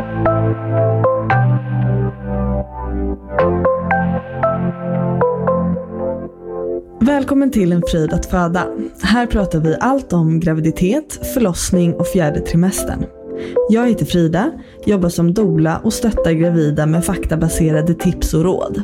Välkommen till En fröjd att föda. Här pratar vi allt om graviditet, förlossning och fjärde trimestern. Jag heter Frida, jobbar som doula och stöttar gravida med faktabaserade tips och råd.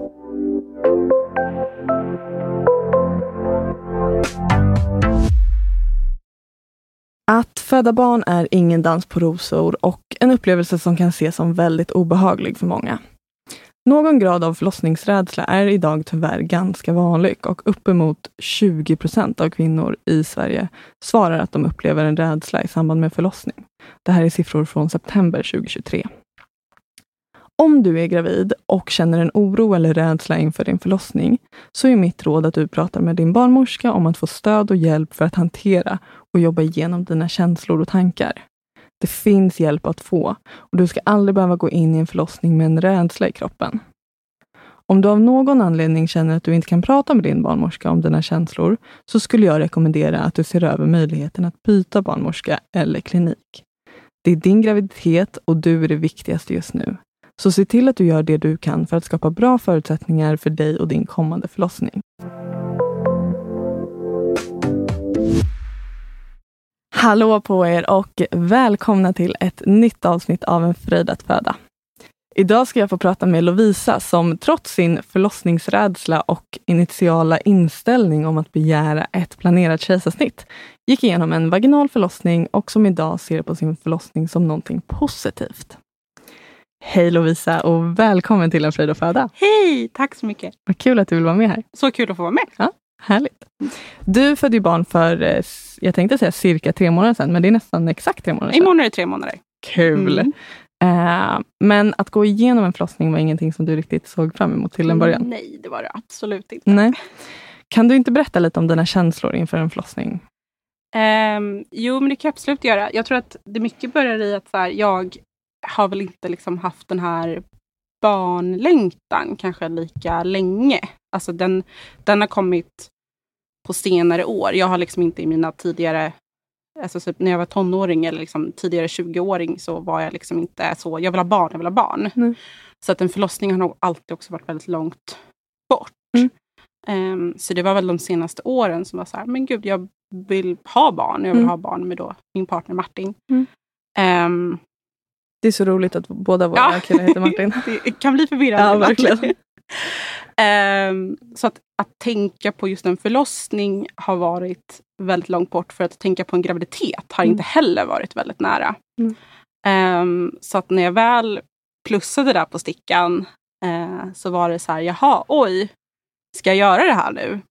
Att föda barn är ingen dans på rosor och en upplevelse som kan ses som väldigt obehaglig för många. Någon grad av förlossningsrädsla är idag tyvärr ganska vanlig och uppemot 20% av kvinnor i Sverige svarar att de upplever en rädsla i samband med förlossning. Det här är siffror från september 2023. Om du är gravid och känner en oro eller rädsla inför din förlossning så är mitt råd att du pratar med din barnmorska om att få stöd och hjälp för att hantera och jobba igenom dina känslor och tankar. Det finns hjälp att få och du ska aldrig behöva gå in i en förlossning med en rädsla i kroppen. Om du av någon anledning känner att du inte kan prata med din barnmorska om dina känslor så skulle jag rekommendera att du ser över möjligheten att byta barnmorska eller klinik. Det är din graviditet och du är det viktigaste just nu. Så se till att du gör det du kan för att skapa bra förutsättningar för dig och din kommande förlossning. Hallå på er och välkomna till ett nytt avsnitt av En fröjd att föda. Idag ska jag få prata med Lovisa som trots sin förlossningsrädsla och initiala inställning om att begära ett planerat kejsarsnitt gick igenom en vaginal förlossning och som idag ser på sin förlossning som någonting positivt. Hej Lovisa och välkommen till En fröjd att föda. Hej, tack så mycket. Vad kul att du vill vara med här. Så kul att få vara med. Ja, härligt. Du födde ju barn för, jag tänkte säga cirka 3 månader sedan, men det är nästan exakt 3 månader sedan. Imorgon är det 3 månader. Kul. Men att gå igenom en förlossning var ingenting som du riktigt såg fram emot till en början. Nej, det var det absolut inte. Nej. Kan du inte berätta lite om dina känslor inför en förlossning? Jo, men det kan jag absolut göra. Jag tror att det mycket börjar i att så här, jag har väl inte liksom haft den här barnlängtan kanske lika länge. Alltså den har kommit på senare år. Jag har liksom inte i mina tidigare, alltså typ när jag var tonåring eller liksom tidigare 20-åring så var jag liksom inte så, jag vill ha barn. Mm. Så att en förlossning har nog alltid också varit väldigt långt bort. Så det var väl de senaste åren som var så här, men gud, jag vill ha barn. Jag vill ha barn med då min partner Martin. Det är så roligt att båda våra killar heter Martin. Det kan bli förvirrande. Ja, verkligen. Så att tänka på just en förlossning har varit väldigt långt bort. För att tänka på en graviditet har inte heller varit väldigt nära. Så att när jag väl plussade där på stickan så var det så här, jaha, oj, ska jag göra det här nu?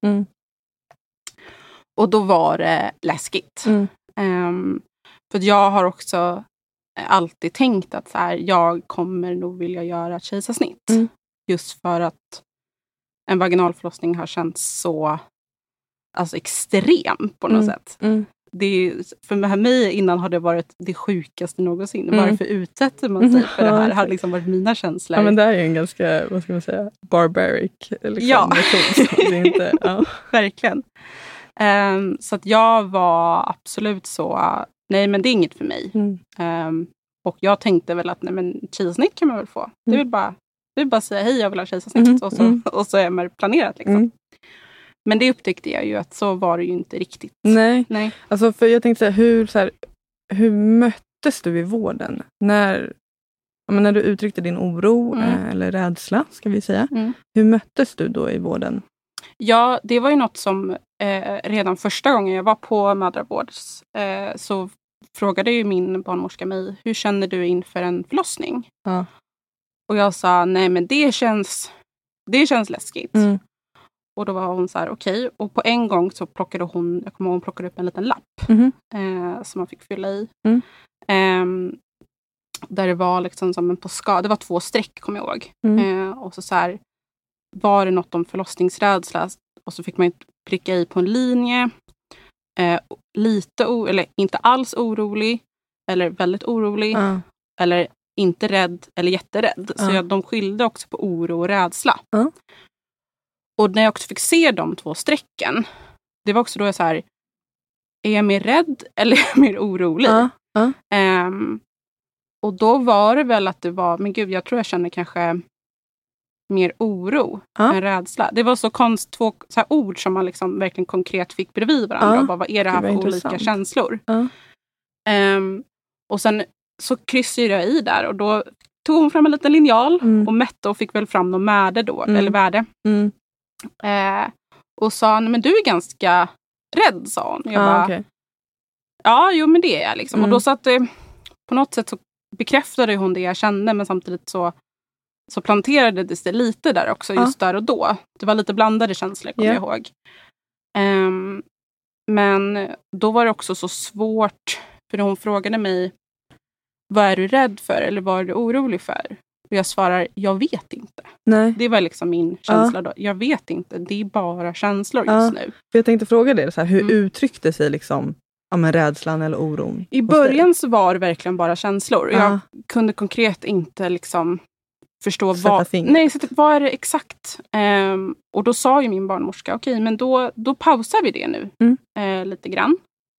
Och då var det läskigt. För att jag har också alltid tänkt att så här, jag kommer nog vilja göra ett kejsarsnitt. Just för att en vaginalförlossning har känts så alltså extrem på något sätt. Det är, för mig innan har det varit det sjukaste någonsin. Varför utsätter man sig för det här? Det har liksom varit mina känslor. Ja, men det är ju en ganska, vad ska man säga, barbaric liksom, metod. Så det är inte, verkligen. Så att jag var absolut så, nej men det är inget för mig. Och jag tänkte väl att nej men kejsarsnitt kan man väl få. Det vill bara säga hej, jag vill ha kejsarsnitt. Och så är man planerat liksom. Men det upptäckte jag ju att så var det ju inte riktigt. Nej. Alltså för jag tänkte hur möttes du i vården? När du uttryckte din oro eller rädsla, ska vi säga. Hur möttes du då i vården? Ja, det var ju något som redan första gången jag var på mödravårds så frågade ju min barnmorska mig, hur känner du inför en förlossning? Ja. Och jag sa, nej men det känns läskigt. Och då var hon så här, okej. Och på en gång så plockade hon plockade upp en liten lapp som man fick fylla i. Där det var liksom som en det var 2 streck, kommer jag ihåg. Och så här, var det något om förlossningsrädsla? Och så fick man pricka i på en linje. Eller inte alls orolig. Eller väldigt orolig. Eller inte rädd eller jätterädd. Så de skilde också på oro och rädsla. Och när jag också fick se de 2 strecken. Det var också då jag så här. Är jag mer rädd eller är jag mer orolig? Och då var det väl att det var, men gud, jag tror jag känner kanske mer oro än rädsla. Det var så två så här ord som man liksom verkligen konkret fick bredvid varandra. Och bara, vad är det här för olika känslor? Och sen så kryssade jag i där. Och då tog hon fram en liten linjal och mätte och fick väl fram något värde då. Eller värde. Och sa, men du är ganska rädd, sa hon. Jag bara, okay. Ja, jo men det är jag liksom. Och då så att på något sätt så bekräftade hon det jag kände, men samtidigt så planterade det sig lite där också just där och då. Det var lite blandade känslor, kommer jag ihåg. Men då var det också så svårt, för hon frågade mig, vad är du rädd för eller vad är du orolig för? Och jag svarar, jag vet inte. Nej. Det var liksom min känsla då. Jag vet inte, det är bara känslor just nu. För jag tänkte fråga dig, så här, hur uttryckte sig liksom rädslan eller oron? I början så var det verkligen bara känslor. Jag kunde konkret inte liksom förstå vad är det exakt. Och då sa ju min barnmorska, okej, men då pausar vi det nu lite grann.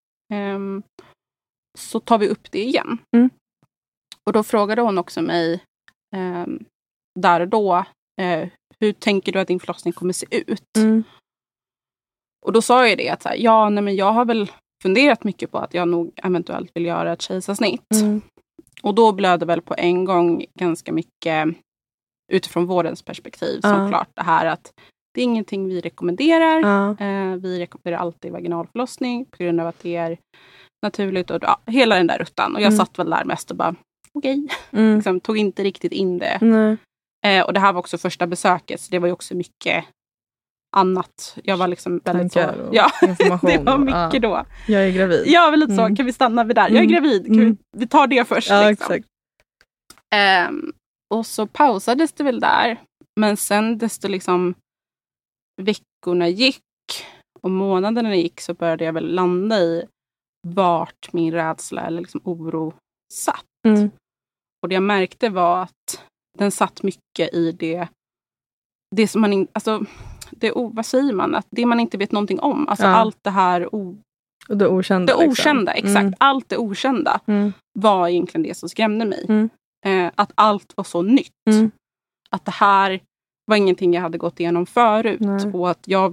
Så tar vi upp det igen. Och då frågade hon också mig där och då, hur tänker du att din förlossning kommer se ut? Och då sa jag det att så här, men jag har väl funderat mycket på att jag nog eventuellt vill göra ett kejsarsnitt. Och då blödde väl på en gång ganska mycket utifrån vårdens perspektiv. Såklart det här att det är ingenting vi rekommenderar. Vi rekommenderar alltid vaginalförlossning på grund av att det är naturligt och hela den där rutan. Och jag satt väl där mest och bara okej. Liksom, tog inte riktigt in det. Och det här var också första besöket, så det var ju också mycket annat. Jag var liksom väldigt så, information. Det var mycket då. Jag är gravid. Ja, väl lite så. Kan vi stanna vid där? Jag är gravid. Vi tar det först. Ja, liksom. Exakt. Och så pausades det väl där. Men sen desto liksom veckorna gick och månaderna gick, så började jag väl landa i vart min rädsla eller liksom oro satt. Och det jag märkte var att den satt mycket i det som man inte, alltså vad säger man? Att det man inte vet någonting om. Alltså allt det här det okända. Det okända, liksom. Exakt. Allt det okända var egentligen det som skrämde mig. Att allt var så nytt. Att det här var ingenting jag hade gått igenom förut. Och att jag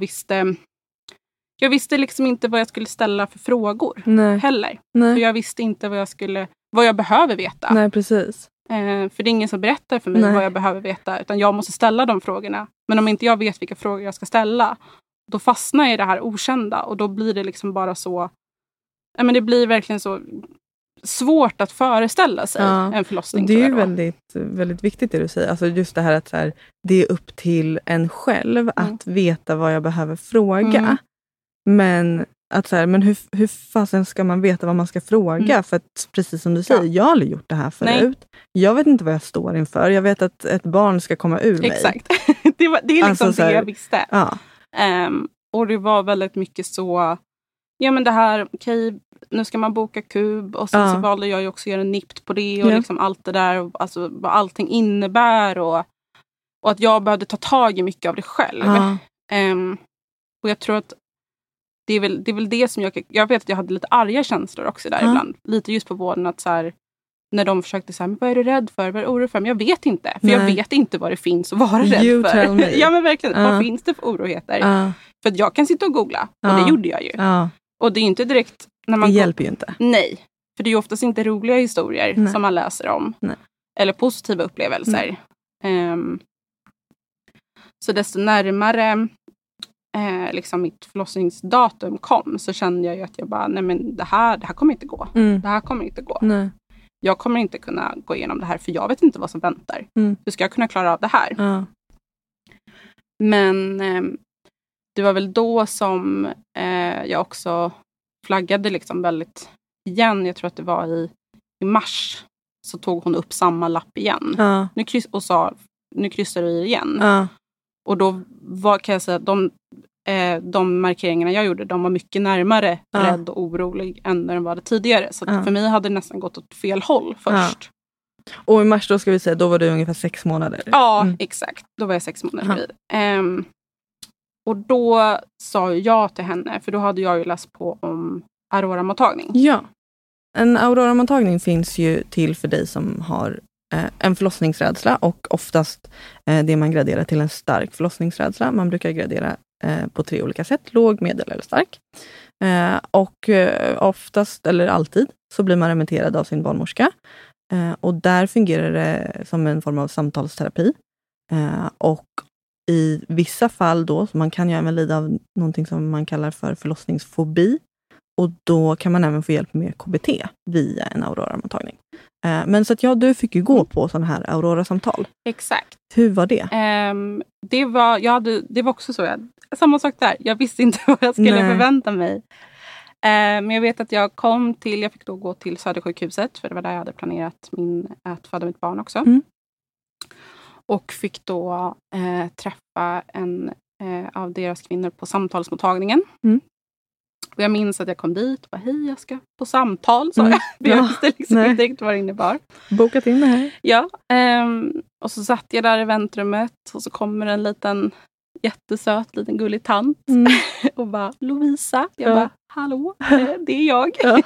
visste liksom inte vad jag skulle ställa för frågor heller. För jag visste inte vad jag behöver veta. Nej, precis. För det är ingen som berättar för mig vad jag behöver veta. Utan jag måste ställa de frågorna. Men om inte jag vet vilka frågor jag ska ställa, då fastnar jag i det här okända. Och då blir det liksom bara så... men det blir verkligen så svårt att föreställa sig en förlossning. Det är ju väldigt, väldigt viktigt det du säger. Alltså just det här att så här, det är upp till en själv att veta vad jag behöver fråga. Men att så här, men hur fasen ska man veta vad man ska fråga? För att precis som du säger, jag har aldrig gjort det här förut. Jag vet inte vad jag står inför. Jag vet att ett barn ska komma ur mig. Exakt. Det är liksom alltså, det jag visste. Och det var väldigt mycket så, men det här, okej, nu ska man boka kub. Och sen så valde jag ju också att göra en NIPT på det. Och liksom allt det där, alltså vad allting innebär. Och att jag behövde ta tag i mycket av det själv. Och jag tror att det är väl det som jag vet att jag hade lite arga känslor också där ibland. Lite just på vården att så här, när de försökte säga, men vad är du rädd för? Vad är du orolig för? Men jag vet inte. För jag vet inte vad det finns att vara rädd för. Ja, men verkligen. Vad finns det för oroligheter? För att jag kan sitta och googla. Och det gjorde jag ju. Och det är inte direkt... När man det hjälper ju inte. Nej. För det är ju oftast inte roliga historier som man läser om. Eller positiva upplevelser. Så desto närmare... liksom mitt förlossningsdatum kom, så kände jag ju att jag bara, nej men det här kommer inte gå. Det här kommer inte gå. Jag kommer inte kunna gå igenom det här, för jag vet inte vad som väntar. Hur ska jag kunna klara av det här? Men det var väl då som jag också flaggade liksom väldigt igen. Jag tror att det var i mars, så tog hon upp samma lapp igen. Och sa, nu kryssar du i igen. Och då kan jag säga att de markeringarna jag gjorde, de var mycket närmare rädd och orolig än när de var det tidigare. Så för mig hade det nästan gått åt fel håll först. Och i mars då ska vi säga, då var du ungefär 6 månader. Ja, exakt. Då var jag 6 månader gravid. Och då sa jag till henne, för då hade jag ju läst på om Aurora-mottagning. Ja. En Aurora-mottagning finns ju till för dig som har en förlossningsrädsla och oftast det man graderar till en stark förlossningsrädsla. Man brukar gradera på 3 olika sätt, låg, medel eller stark. Och oftast, eller alltid, så blir man remitterad av sin barnmorska. Och där fungerar det som en form av samtalsterapi. Och i vissa fall då, så man kan ju även lida av någonting som man kallar för förlossningsfobi. Och då kan man även få hjälp med KBT via en Aurora-mottagning. Men så att du fick ju gå på sådana här Aurora-samtal. Exakt. Hur var det? Det var också så. Samma sak där. Jag visste inte vad jag skulle förvänta mig. Men jag vet att jag fick då gå till Södersjukhuset. För det var där jag hade planerat att föda mitt barn också. Mm. Och fick då träffa en av deras kvinnor på samtalsmottagningen. Mm. Och jag minns att jag kom dit och bara, hej, jag ska på samtal. Så jag visste liksom inte riktigt vad det innebar. Bokat in det här. Ja. Och så satt jag där i väntrummet och så kommer en liten jättesöt, liten gullig tant. Och bara, Lovisa. Jag bara, hallå, det är jag. Ja.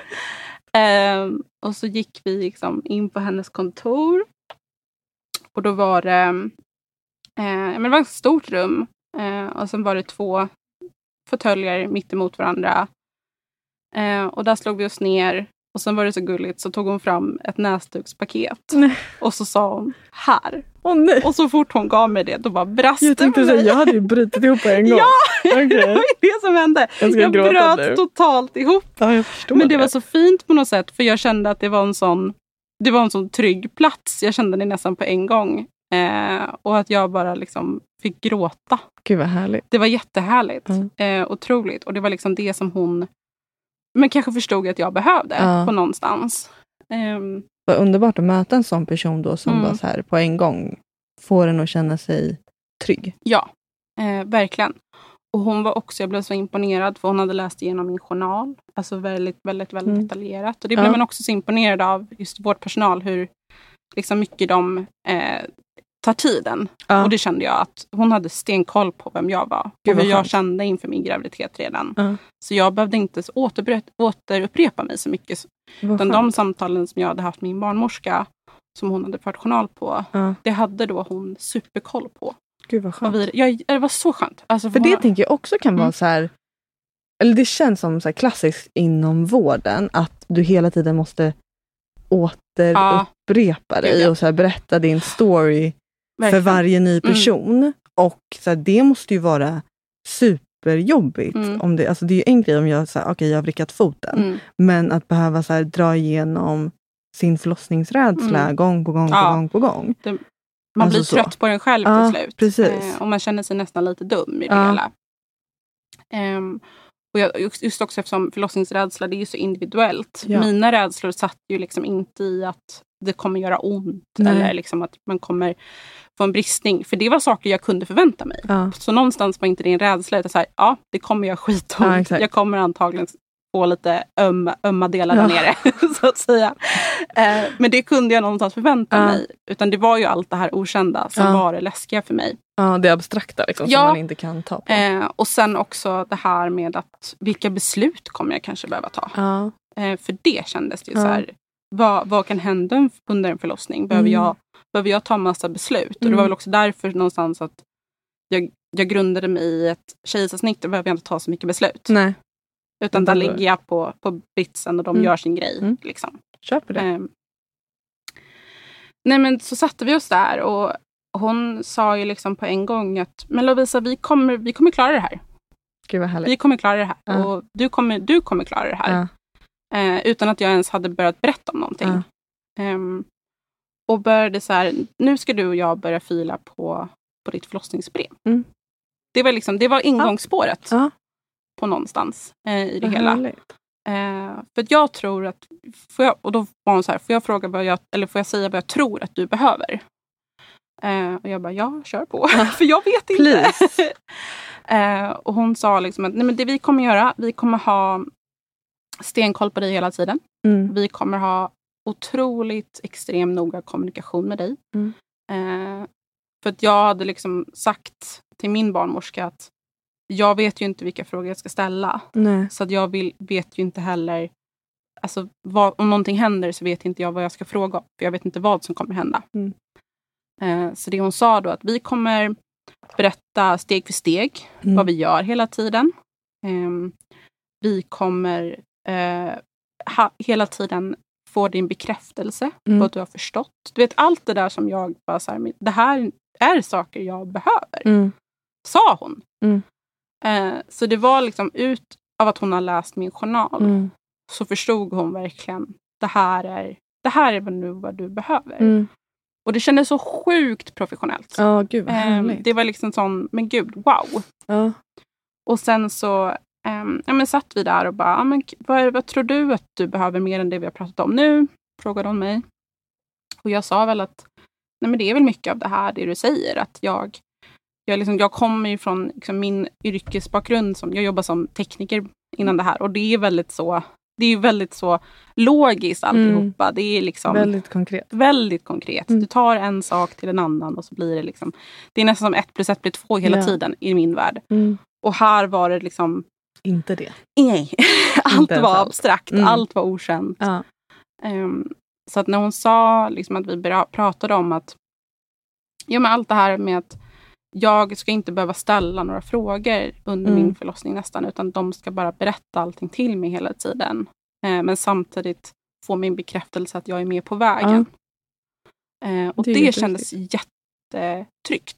Och så gick vi liksom in på hennes kontor. Och då var det, det var ett stort rum. Och sen var det 2 fåtöljer mitt emot varandra. Och där slog vi oss ner. Och sen var det så gulligt så tog hon fram ett näsdukspaket. Nej. Och så sa hon, här. Nej. Och så fort hon gav mig det, då bara brast det. Jag tänkte säga, jag hade ju brutit ihop på en gång. Ja, okay. Det var det som hände. Jag bröt totalt ihop. Ja, jag förstår. Men det var så fint på något sätt. För jag kände att det var en sån trygg plats. Jag kände det nästan på en gång. Och att jag bara liksom fick gråta. Gud vad härligt. Det var jättehärligt. Otroligt. Och det var liksom det som hon kanske förstod att jag behövde på någonstans. Vad underbart att möta en sån person då som bara så här på en gång får en att känna sig trygg. Ja, verkligen. Och hon var också, jag blev så imponerad för hon hade läst igenom min journal. Alltså väldigt, väldigt, väldigt detaljerat. Och det blev man också så imponerad av just vårdpersonal hur liksom mycket de tar tiden. Och det kände jag att hon hade stenkoll på vem jag var. Och hur jag kände inför min graviditet redan. Så jag behövde inte återupprepa mig så mycket. Utan de samtalen som jag hade haft med min barnmorska som hon hade fört journal på. Det hade då hon superkoll på. Gud vad skönt. Det var så skönt. Alltså, för det tänker jag också kan vara så här. Eller det känns som så här klassiskt inom vården. Att du hela tiden måste återupprepa dig. Och så här berätta din story. Verkligen. För varje ny person. Och så här, det måste ju vara superjobbigt. Om det, alltså det är ju en grej om jag säger okej, jag har vrickat foten. Men att behöva så här, dra igenom sin förlossningsrädsla gång på gång. Man blir trött på den själv till slut. Precis. Och man känner sig nästan lite dum i det hela. Och just också eftersom förlossningsrädsla, det är ju så individuellt. Ja. Mina rädslor satt ju liksom inte i att det kommer göra ont. Eller liksom att man kommer få en bristning. För det var saker jag kunde förvänta mig. Så någonstans var inte det en rädsla. Utan så här, det kommer göra skitont. Jag kommer antagligen få lite ömma delar där nere. Så att säga. Men det kunde jag någonstans förvänta mig. Utan det var ju allt det här okända som var det läskiga för mig. Ja, det abstrakta liksom, som man inte kan ta på. Och sen också det här med att vilka beslut kommer jag kanske behöva ta. För det kändes det ju så här. Vad kan hända under en förlossning? Behöver jag ta massa beslut? Och det var väl också därför någonstans att jag grundade mig i ett kejsarsnitt. Då behöver jag inte ta så mycket beslut. Nej. Utan där ligger jag på bitsen och de gör sin grej. Liksom. Kör på det. Nej, men så satte vi oss där och hon sa ju liksom på en gång att men Lovisa, vi kommer klara det här. Gud vad härligt. Vi kommer klara det här. Och du kommer klara det här. Utan att jag ens hade börjat berätta om någonting. Och började så här, nu ska du och jag börja fila på ditt förlossningsbrev. Det var ingångsspåret. På någonstans i det hela. För att jag tror att och då var hon så här, får jag fråga får jag säga vad jag tror att du behöver? Och jag bara, ja, kör på. För jag vet inte. Och hon sa liksom att nej, men det vi kommer göra, vi kommer ha stenkoll på dig hela tiden. Vi kommer ha otroligt extrem noga kommunikation med dig. För att jag hade liksom sagt till min barnmorska att jag vet ju inte vilka frågor jag ska ställa. Så att jag vet ju inte heller alltså, om någonting händer så vet inte jag vad jag ska fråga om. För jag vet inte vad som kommer hända. Så det hon sa då att vi kommer berätta steg för steg vad vi gör hela tiden. Vi kommer hela tiden få din bekräftelse på att du har förstått. Du vet, allt det där som jag bara så här, det här är saker jag behöver. Sa hon. Så det var liksom ut av att hon har läst min journal så förstod hon verkligen det här är nu vad du behöver. Och det kändes så sjukt professionellt. Ja, gud vad härligt. Det var liksom sån, men gud, wow. Och sen så satt vi där och bara, men vad tror du att du behöver mer än det vi har pratat om nu? Frågade hon mig. Och jag sa väl att nej, men det är väl mycket av det här, det du säger. Att jag kommer ju från liksom, min yrkesbakgrund. Jag jobbar som tekniker innan det här. Och det är väldigt så logiskt alltihopa. Det är liksom väldigt konkret. Väldigt konkret. Du tar en sak till en annan och så blir det liksom, det är nästan som 1 + 1 blir 2 hela tiden i min värld. Och här var det liksom inte det. Nej, allt var abstrakt. Allt var okänt. Så att när hon sa liksom att vi pratade om att men allt det här med att jag ska inte behöva ställa några frågor under min förlossning nästan, utan de ska bara berätta allting till mig hela tiden. Men samtidigt få min bekräftelse att jag är med på vägen. Och det kändes jättetryggt.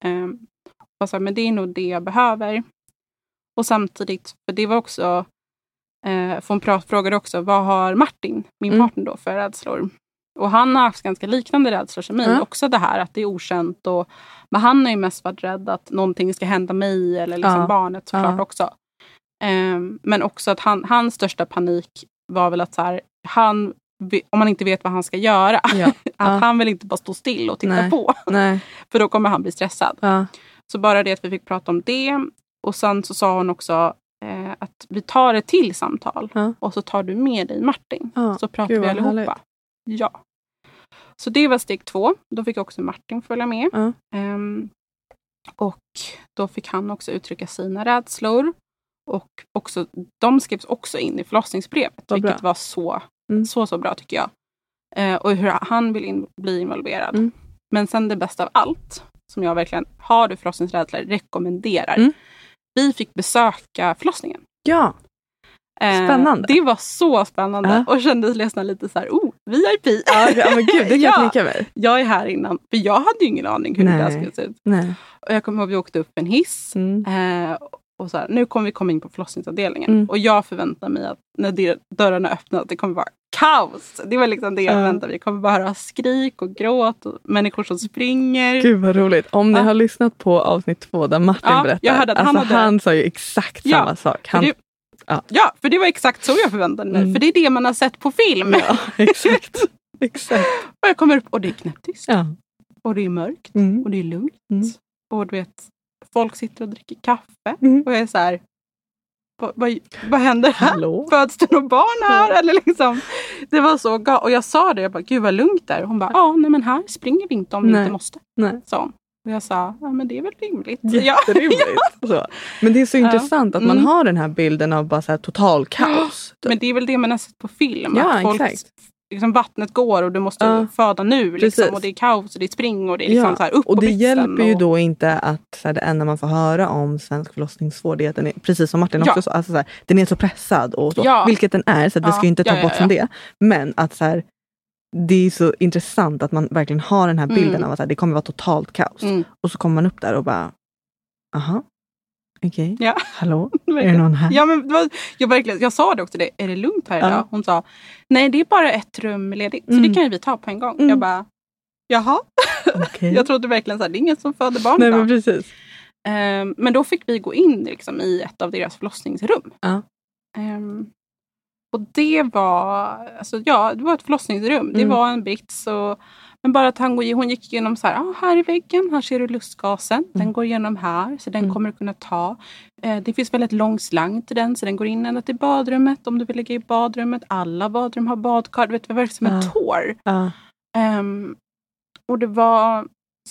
Men det är nog det jag behöver. Och samtidigt, för det var också för hon frågade också, vad har Martin, min partner då, för rädslor? Och han har haft ganska liknande rädslor som mig. Också det här att det är okänt. Men han har ju mest varit rädd att någonting ska hända mig eller liksom barnet såklart också. Men också att hans största panik var väl att så här, om man inte vet vad han ska göra. Att han vill inte bara stå still och titta på. För då kommer han bli stressad. Så bara det att vi fick prata om det. Och sen så sa hon också att vi tar ett till samtal. Och så tar du med dig Martin. Så pratar vi allihopa. Härligt. Ja. Så det var steg 2. Då fick också Martin följa med. Och då fick han också uttrycka sina rädslor. Och också, de skrevs också in i förlossningsbrevet. Vilket var så bra tycker jag. Och hur han vill bli involverad. Men sen det bästa av allt, som jag verkligen har du förlossningsrädsla rekommenderar. Vi fick besöka förlossningen. Ja. Spännande. Det var så spännande. Och kändes nästan lite så här, VIP. Ja, men gud, det kan jag tänka mig. Jag är här innan. För jag hade ju ingen aning hur det där skulle se ut. Och jag kommer ihåg att vi åkte upp en hiss. Och så här, nu kommer vi komma in på förlossningsavdelningen. Och jag förväntar mig att när dörrarna öppnar att det kommer vara kaos. Det var liksom det jag förväntade mig. Det kommer bara höra skrik och gråt och människor som springer. Gud vad roligt. Om ni har lyssnat på avsnitt 2 där Martin berättar. Jag hörde att han sa ju exakt samma sak. Ja, för det var exakt så jag förväntade mig. För det är det man har sett på film. Ja, exakt. Och jag kommer upp och det är knäpptyst. Och det är mörkt. Och det är lugnt. Och du vet, folk sitter och dricker kaffe. Och jag är så här, vad händer här? Hallå? Föds det någon barn här? Eller liksom, det var så och jag sa det, jag bara, gud vad lugnt där. Hon bara, nej men här springer vi inte om vi inte måste. Så. Och jag sa, men det är väl rimligt. Jätterimligt. Så. Men det är så intressant att man har den här bilden av bara så här total kaos. Men det är väl det man har sett på film. Att folk, liksom, vattnet går och du måste föda nu. Liksom, och det är kaos och det är spring och det är liksom så här upp och det hjälper ju då inte att så här, det enda man får höra om svensk förlossningsvård är att den är, precis som Martin också sa, alltså, så här, den är så pressad och så, vilket den är, så att vi ska ju inte ta bort från det. Men att så här, det är så intressant att man verkligen har den här bilden av att det kommer vara totalt kaos. Och så kommer man upp där och bara, aha, okej, hallå, är det någon här? Ja, men jag sa det också, är det lugnt här idag? Hon sa, nej det är bara ett rum ledigt, så det kan ju vi ta på en gång. Jag bara, jaha, jag trodde verkligen så det är ingen som föder barn nej, idag. men precis. Men då fick vi gå in liksom, i ett av deras förlossningsrum. Och det var det var ett förlossningsrum. Det var en brits. Men bara att hon gick igenom så här, här i väggen, här ser du lustgasen. Den går igenom här, så den kommer du kunna ta. Det finns väldigt lång slang till den, så den går in ända till badrummet om du vill ligga i badrummet. Alla badrum har badkar, du vet, det var som en tår. Och det var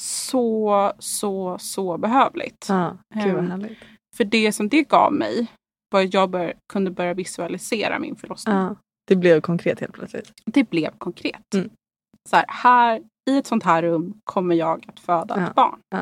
så behövligt. Gud vad härligt. För det som det gav mig var att jag kunde börja visualisera min förlossning. Det blev konkret helt plötsligt. Det blev konkret. Så här, i ett sånt här rum kommer jag att föda ett barn. Ja.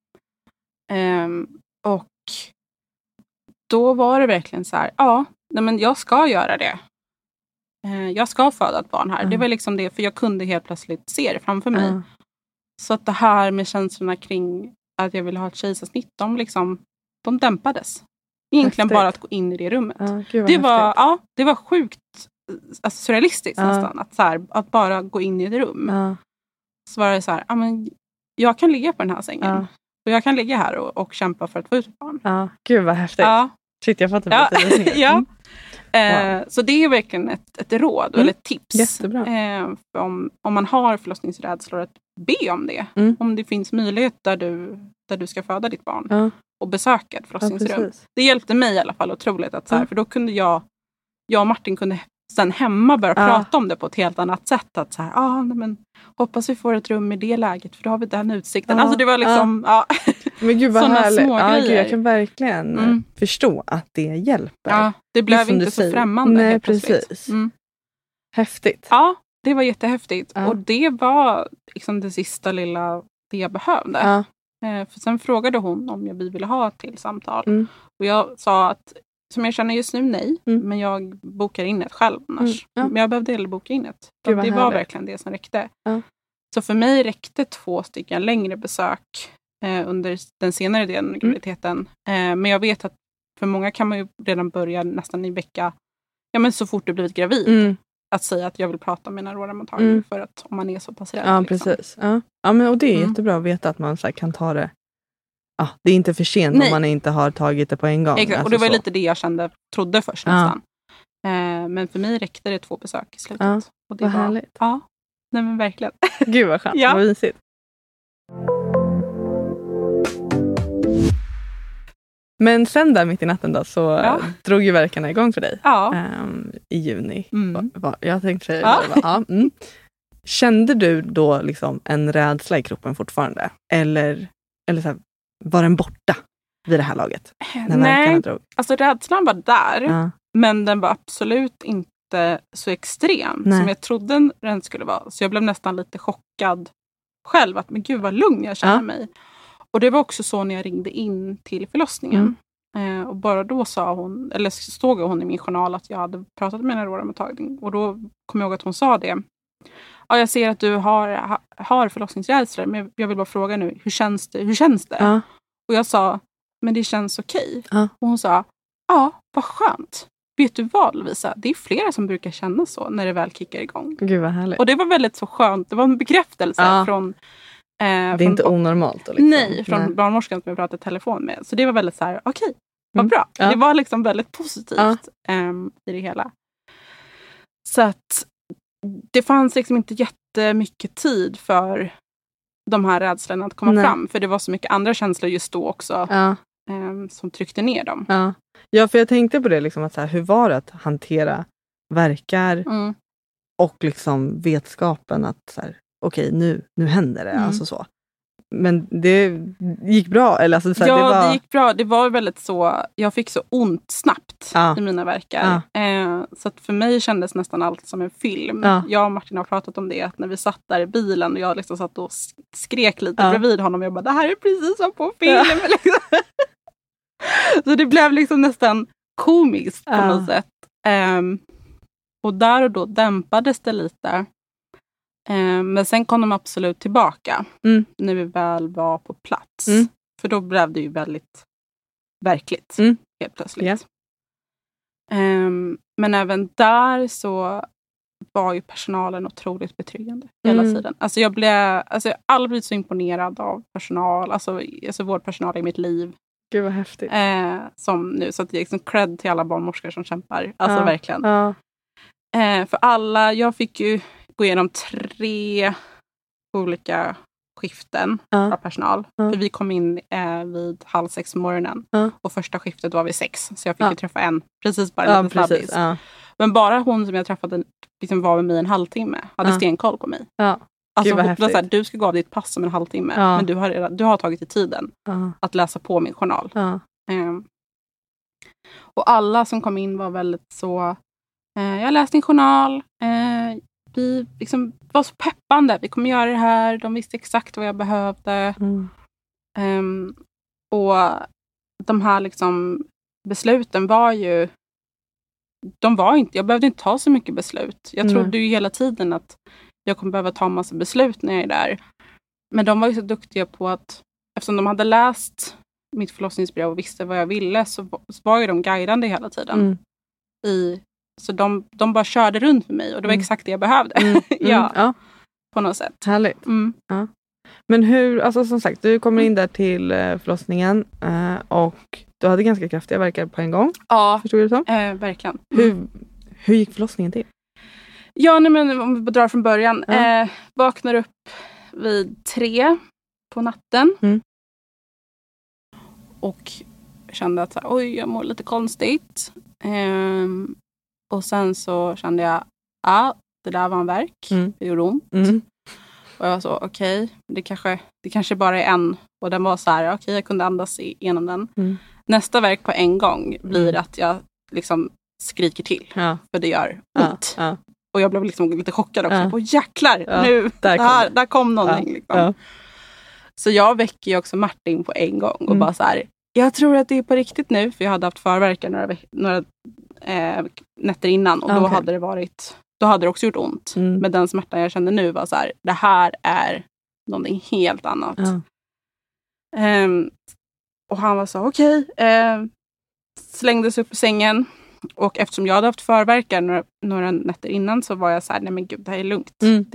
Och då var det verkligen så här, nej men jag ska göra det. Jag ska föda ett barn här. Det var liksom det, för jag kunde helt plötsligt se det framför mig. Så att det här med känslorna kring att jag ville ha ett kejsarsnitt, de dämpades. Egentligen bara att gå in i det rummet. Det var sjukt surrealistiskt nästan. Att bara gå in i ett rum. Så var det så här, men jag kan ligga på den här sängen. Och jag kan ligga här och kämpa för att få ut ett barn. Ja, gud vad häftigt. Shit, jag fattar Wow. Så det är verkligen ett råd eller ett tips. Jättebra. Om man har förlossningsrädslor, att be om det. Om det finns möjlighet där du ska föda ditt barn. Och besöka ett förlossningsrum. Det hjälpte mig i alla fall otroligt. För då kunde jag och Martin kunde sen hemma börja prata om det på ett helt annat sätt. Att men hoppas vi får ett rum i det läget, för då har vi den utsikten. Alltså det var liksom men gud vad härligt. Små grejer. Jag kan verkligen förstå att det hjälper. Det blev inte så främmande. Nej, precis. Häftigt. Ja, det var jättehäftigt. Och det var liksom det sista lilla det jag behövde. För sen frågade hon om vi ville ha ett till samtal. Och jag sa att som jag känner just nu, nej. Men jag bokar in ett själv annars. Men jag behövde heller boka in ett. Det var verkligen det som räckte. Så för mig räckte 2 stycken längre besök under den senare delen av graviditeten. Men jag vet att för många kan man ju redan börja nästan i vecka. Ja, men så fort du blivit gravid. Att säga att jag vill prata med en Aurora-mottagning. För att om man är så pass rädd. Ja, precis. Ja, men och det är jättebra att veta att man så här, kan ta det. Det är inte för sent om man inte har tagit det på en gång. Exakt, och det var lite det jag trodde först nästan. Men för mig räckte det 2 besök i slutet. Och det vad härligt. Ja, nej men verkligen. Gud vad skönt, vad visigt. Men sen där mitt i natten då så drog ju verkarna igång för dig. I juni. Jag tänkte säga Kände du då liksom en rädsla i kroppen fortfarande? Eller så här, var den borta vid det här laget? Nej, alltså rädslan var där. Men den var absolut inte så extrem som jag trodde den skulle vara. Så jag blev nästan lite chockad själv. Men gud vad lugn jag känner mig. Och det var också så när jag ringde in till förlossningen. Och bara då stod hon i min journal att jag hade pratat med en Aurora-mottagning. Och då kom jag ihåg att hon sa det. Ja, jag ser att du har förlossningsrädslor, men jag vill bara fråga nu, hur känns det? Och jag sa, men det känns okej. Och hon sa, vad skönt. Vet du vad, Lovisa? Det är flera som brukar känna så när det väl kickar igång. Gud vad härligt. Och det var väldigt så skönt. Det var en bekräftelse från... det är inte onormalt då, liksom. Nej, från barnmorskan som jag pratade i telefon med. Så det var väldigt så här, okej, vad bra. Det var liksom väldigt positivt i det hela. Så att det fanns liksom inte jättemycket tid för de här rädslorna att komma fram. För det var så mycket andra känslor just då också som tryckte ner dem. Ja, för jag tänkte på det liksom, att så här, hur var det att hantera verkar och liksom vetskapen att så här, okej, nu händer det. Alltså så. Men det gick bra? Eller, alltså, så här, det gick bra. Det var väldigt så... Jag fick så ont snabbt i mina verkar. Så att för mig kändes nästan allt som en film. Jag och Martin har pratat om det. Att när vi satt där i bilen och jag liksom satt och skrek lite bredvid honom. Jag bara, det här är precis som på film. Liksom. Så det blev liksom nästan komiskt på något sätt. Och där och då dämpades det lite. Men sen kom de absolut tillbaka när vi väl var på plats. För då blev det ju väldigt verkligt helt plötsligt. Men även där så var ju personalen otroligt betryggande hela tiden. Alltså jag har aldrig blivit så imponerad av personal, alltså vårdpersonal i mitt liv. Gud vad häftigt. Som nu, så att det är liksom cred till alla barnmorskor som kämpar. Alltså verkligen. För alla, jag fick ju gå igenom 3 olika skiften av personal. För vi kom in vid 5:30 på morgonen. Och första skiftet var vid 6. Så jag fick ju träffa en. Precis bara lite snabbis. Men bara hon som jag träffade liksom var med mig en halvtimme. Hade stenkoll på mig. Alltså hon sa du ska gå av ditt pass om en halvtimme. Men du har tagit i tiden att läsa på min journal. Och alla som kom in var väldigt så Jag läste din journal. Vi liksom var så peppande. Vi kommer göra det här. De visste exakt vad jag behövde. Och de här liksom besluten var ju... Jag behövde inte ta så mycket beslut. Jag trodde ju hela tiden att jag kommer behöva ta en massa beslut när jag är där. Men de var ju så duktiga på att... Eftersom de hade läst mitt förlossningsbrev och visste vad jag ville, så var ju de guidande hela tiden. Så de bara körde runt med mig. Och det var exakt det jag behövde. Ja. På något sätt. Härligt. Ja. Men hur, alltså som sagt, du kommer in där till förlossningen och du hade ganska kraftiga värkar på en gång. Ja, förstod du det som? Verkligen. Hur gick förlossningen till? Ja, nej, men om vi drar från början. Vaknar upp vid 3 på natten. Och kände att oj, jag mår lite konstigt. Och sen så kände jag det där var en värk. Det gjorde ont. Och jag var så, okej, det kanske bara är en. Och den var så här, okej, jag kunde andas igenom den. Nästa värk på en gång blir att jag liksom skriker till. För det gör ont. Och jag blev liksom lite chockad också. Och jäklar, nu, där kom någonting. Liksom. Så jag väcker ju också Martin på en gång. Och bara så här, jag tror att det är på riktigt nu. För jag hade haft förverkar några nätter innan. Och då hade det varit... Då hade det också gjort ont. Men den smärtan jag kände nu var så här, det här är någonting helt annat. Och han var så, okej. Slängdes upp i sängen. Och eftersom jag hade haft förverkar några nätter innan, så var jag så här, nej men gud, det här är lugnt.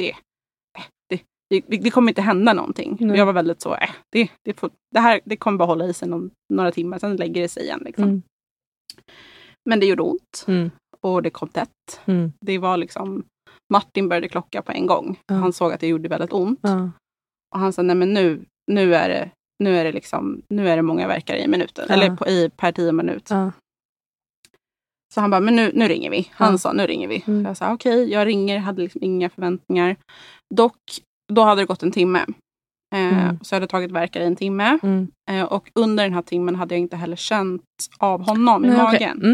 Det kommer inte hända någonting. Jag var väldigt så, det kommer bara hålla i sig några timmar, sen lägger det sig igen. Liksom. Men det gjorde ont. Och det kom tätt. Det var liksom... Martin började klocka på en gång. Han såg att det gjorde väldigt ont. Och han sa, nej men nu är det många verkar i minuten. Eller per 10 minuter. Så han bara, men nu ringer vi. Han sa, nu ringer vi. Jag sa, okej, jag ringer. Hade liksom inga förväntningar. Dock, då hade det gått en timme. Så jag hade tagit verkar i en timme. Och under den här timmen hade jag inte heller känt av honom i magen.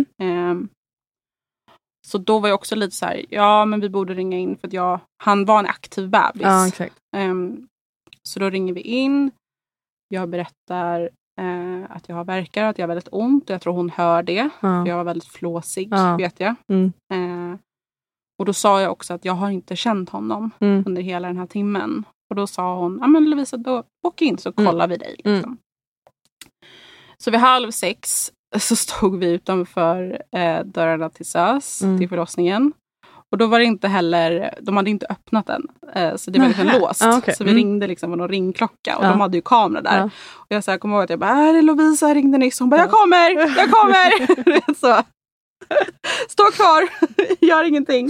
Så då var jag också lite så här, ja men vi borde ringa in för att han var en aktiv bebis. Ja, exakt. Så då ringer vi in. Jag berättar att jag har värkar och att jag har väldigt ont. Och jag tror hon hör det. För jag var väldigt flåsig, vet jag. Och då sa jag också att jag har inte känt honom under hela den här timmen. Och då sa hon, ja men Lovisa, då åk in så kollar vi dig. Liksom. Så vid 5:30 så stod vi utanför dörrarna till SÖS, till förlossningen. Och då var det inte heller, de hade inte öppnat den. Så det var liksom låst. Okay. Så vi ringde liksom med någon ringklocka. Och de hade ju kamera där. Och jag kommer ihåg att jag bara, är det Lovisa, ringde nyss. Hon bara, jag kommer. Så. Stå kvar, gör ingenting.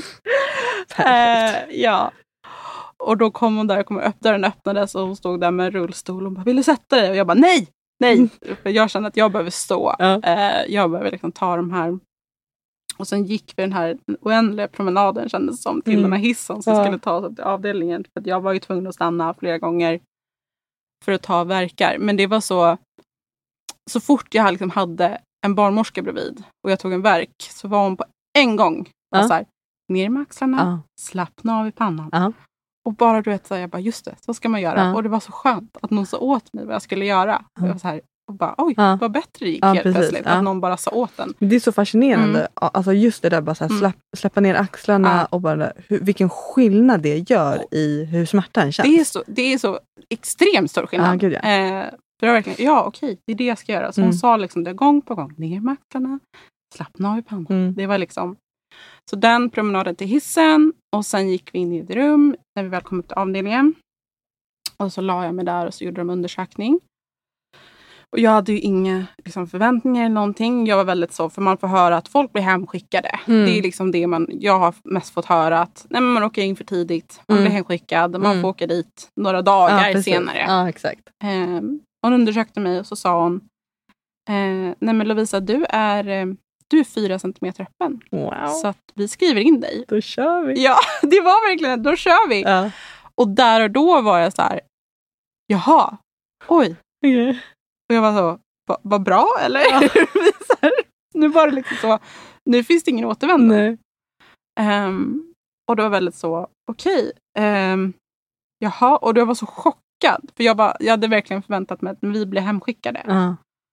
Ja. Och då kom hon där, dörren öppnades och hon stod där med en rullstol. Hon bara, vill du sätta dig? Och jag bara, nej. För jag kände att jag behöver stå. Jag behöver liksom ta de här. Och sen gick vi den här oändliga promenaden, kändes som, till den här hissen som skulle ta oss till avdelningen. För att jag var ju tvungen att stanna flera gånger för att ta verkar. Men det var så fort jag liksom hade en barnmorska bredvid och jag tog en verk, så var hon på en gång så här, ner med axlarna, slappna av i pannan. Och bara du vet, så jag bara, just det, så ska man göra. Och det var så skönt att någon sa åt mig vad jag skulle göra. Och jag var så här, och bara, oj, vad bättre det gick helt plötsligt. Att någon bara sa åt den. Det är så fascinerande. Alltså just det där, bara så här, släppa ner axlarna och bara, vilken skillnad det gör i hur smärtan känns. Det är så extremt stor skillnad. Gud, ja. För jag verkligen, okej, det är det jag ska göra. Så hon sa liksom det gång på gång, ner med axlarna, slappna av i pannan. Det var liksom, så den promenaden till hissen, och sen gick vi in i ett rum när vi väl kom upp till avdelningen. Och så la jag mig där och så gjorde de undersökning. Och jag hade ju inga liksom, förväntningar eller någonting. Jag var väldigt så, för man får höra att folk blir hemskickade. Det är liksom det jag har mest fått höra, att nej, men man åker in för tidigt. Man blir hemskickad. Man får åka dit några dagar senare. Ja, exakt. Hon undersökte mig och så sa hon, nej men Lovisa, du är 4 centimeter öppen. Wow. Så att vi skriver in dig. Då kör vi. Ja, det var verkligen, då kör vi. Ja. Och där och då var jag så här, jaha, oj. Okay. Och jag var så, vad bra eller? Ja. Nu var det liksom så, nu finns det ingen återvändo. Och det var väldigt så, okej. Jaha, och jag var så chockad. För jag hade verkligen förväntat mig att vi blev hemskickade.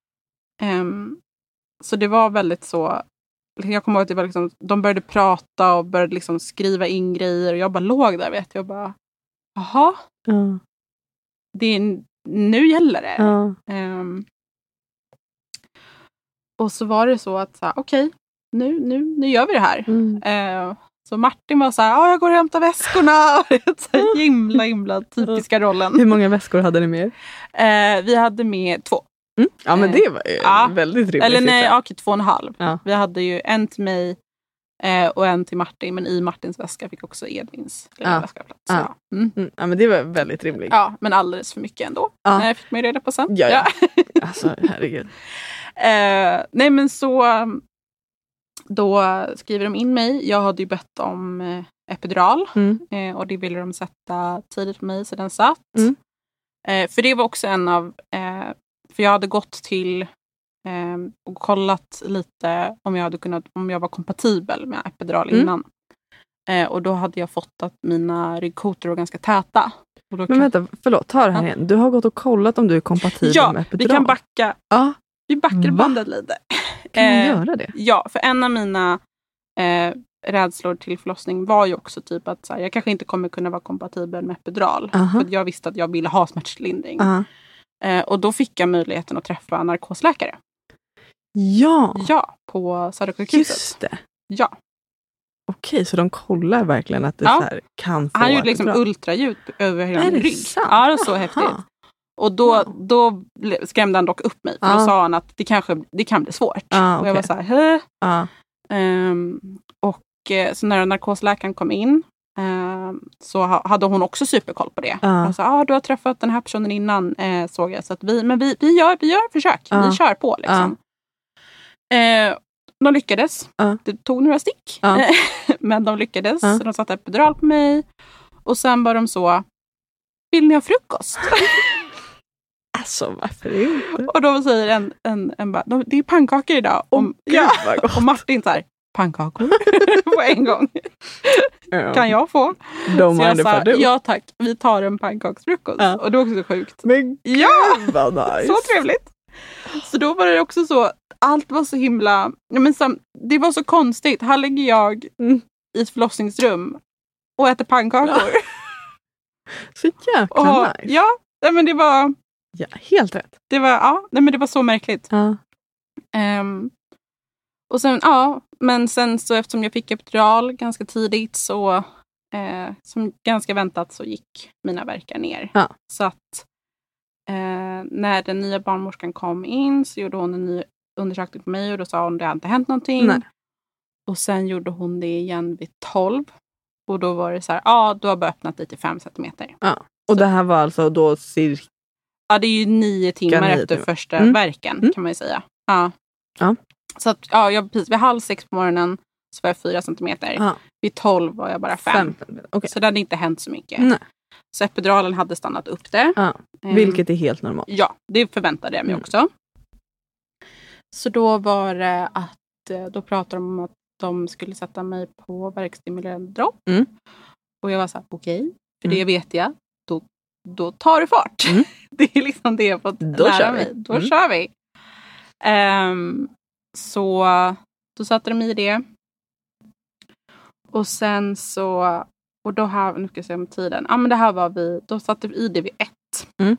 Så det var väldigt så. Jag kommer ihåg att det var liksom, de började prata och började liksom skriva in grejer. Och jag bara låg där, vet jag. bara, jaha. Nu gäller det. Och så var det så att, okej, nu gör vi det här. Så Martin var så här, jag går och hämtar väskorna. Så himla typiska rollen. Hur många väskor hade ni med? Vi hade med 2. Ja, men det var ju väldigt rimligt. Eller nej, 2,5. Ja. Vi hade ju en till mig och en till Martin. Men i Martins väska fick också Edvins lilla väska plats. Ja. Ja, men det var väldigt rimligt. Ja, men alldeles för mycket ändå. Jag fick mig reda på sen. Ja. Alltså, herregud. Nej, men så då skriver de in mig. Jag hade ju bett om epidural. Och det ville de sätta tidigt på mig, så den satt. För det var också en av... för jag hade gått till och kollat lite om jag var kompatibel med epidural innan. Och då hade jag fått att mina ryggkotor var ganska täta. Och då men vänta, förlåt, ta det här igen. Du har gått och kollat om du är kompatibel med epidural. Vi kan backa. Vi backar bandet lite. Kan man göra det? Ja, för en av mina rädslor till förlossning var ju också typ att jag kanske inte kommer kunna vara kompatibel med epidural. För att jag visste att jag ville ha smärtlindring. Och då fick jag möjligheten att träffa narkosläkare. Ja, på Södersjukhuset. Just det. Ja. Okej, så de kollar verkligen att det så här kan få... Han gjorde liksom ultraljud över hela min rygg. Sant? Ja, det var så häftigt. Och då skrämde han dock upp mig. För då sa han att det kan bli svårt. Och jag var så här, och så när narkosläkaren kom in så hade hon också superkoll på det. Och så, du har träffat den här personen innan, såg jag. Så att vi gör försök. Vi kör på liksom. De lyckades. Det tog några stick. Men de lyckades. Så de satte epidural på mig. Och sen var de så, vill ni ha frukost? Alltså, varför inte? Och då säger en bara, det är pannkakor idag. Och Martin så här, pannkakor på en gång. Kan jag få? Så jag sa, ja tack, vi tar en pannkaksfrukost. Och det var också så sjukt. Men gud, vad nice. Så trevligt. Så då var det också så, allt var så himla, det var så konstigt. Här ligger jag i ett förlossningsrum och äter pannkakor. Så jäkla nice. Ja, men det var... Ja, helt rätt. Det var, men det var så märkligt. Och sen, men sen så eftersom jag fick epidural ganska tidigt så som ganska väntat så gick mina värkar ner. Så att när den nya barnmorskan kom in så gjorde hon en ny undersökning på mig och då sa hon att det hade inte hänt någonting. Nej. Och sen gjorde hon det igen vid 12. Och då var det så här, du har bara öppnat det till 5 centimeter. Och det här var alltså då cirka... Ja, det är ju 9 timmar efter första värken kan man ju säga. Så att, vid 5:30 på morgonen så var jag 4 centimeter. Vid 12 var jag bara 5. Okay. Så det hade inte hänt så mycket. Nej. Så epiduralen hade stannat upp det. Vilket är helt normalt. Ja, det förväntade jag mig också. Så då var det att då pratade de om att de skulle sätta mig på värkstimulerande dropp. Och jag var så här, okej. För det vet jag. Då tar det fart. Det är liksom det jag fått lära mig. Då kör vi. Så då satte de i det. Och sen så... Och då här, nu ska jag se om tiden. Men det här var då satte vi i det vid 1.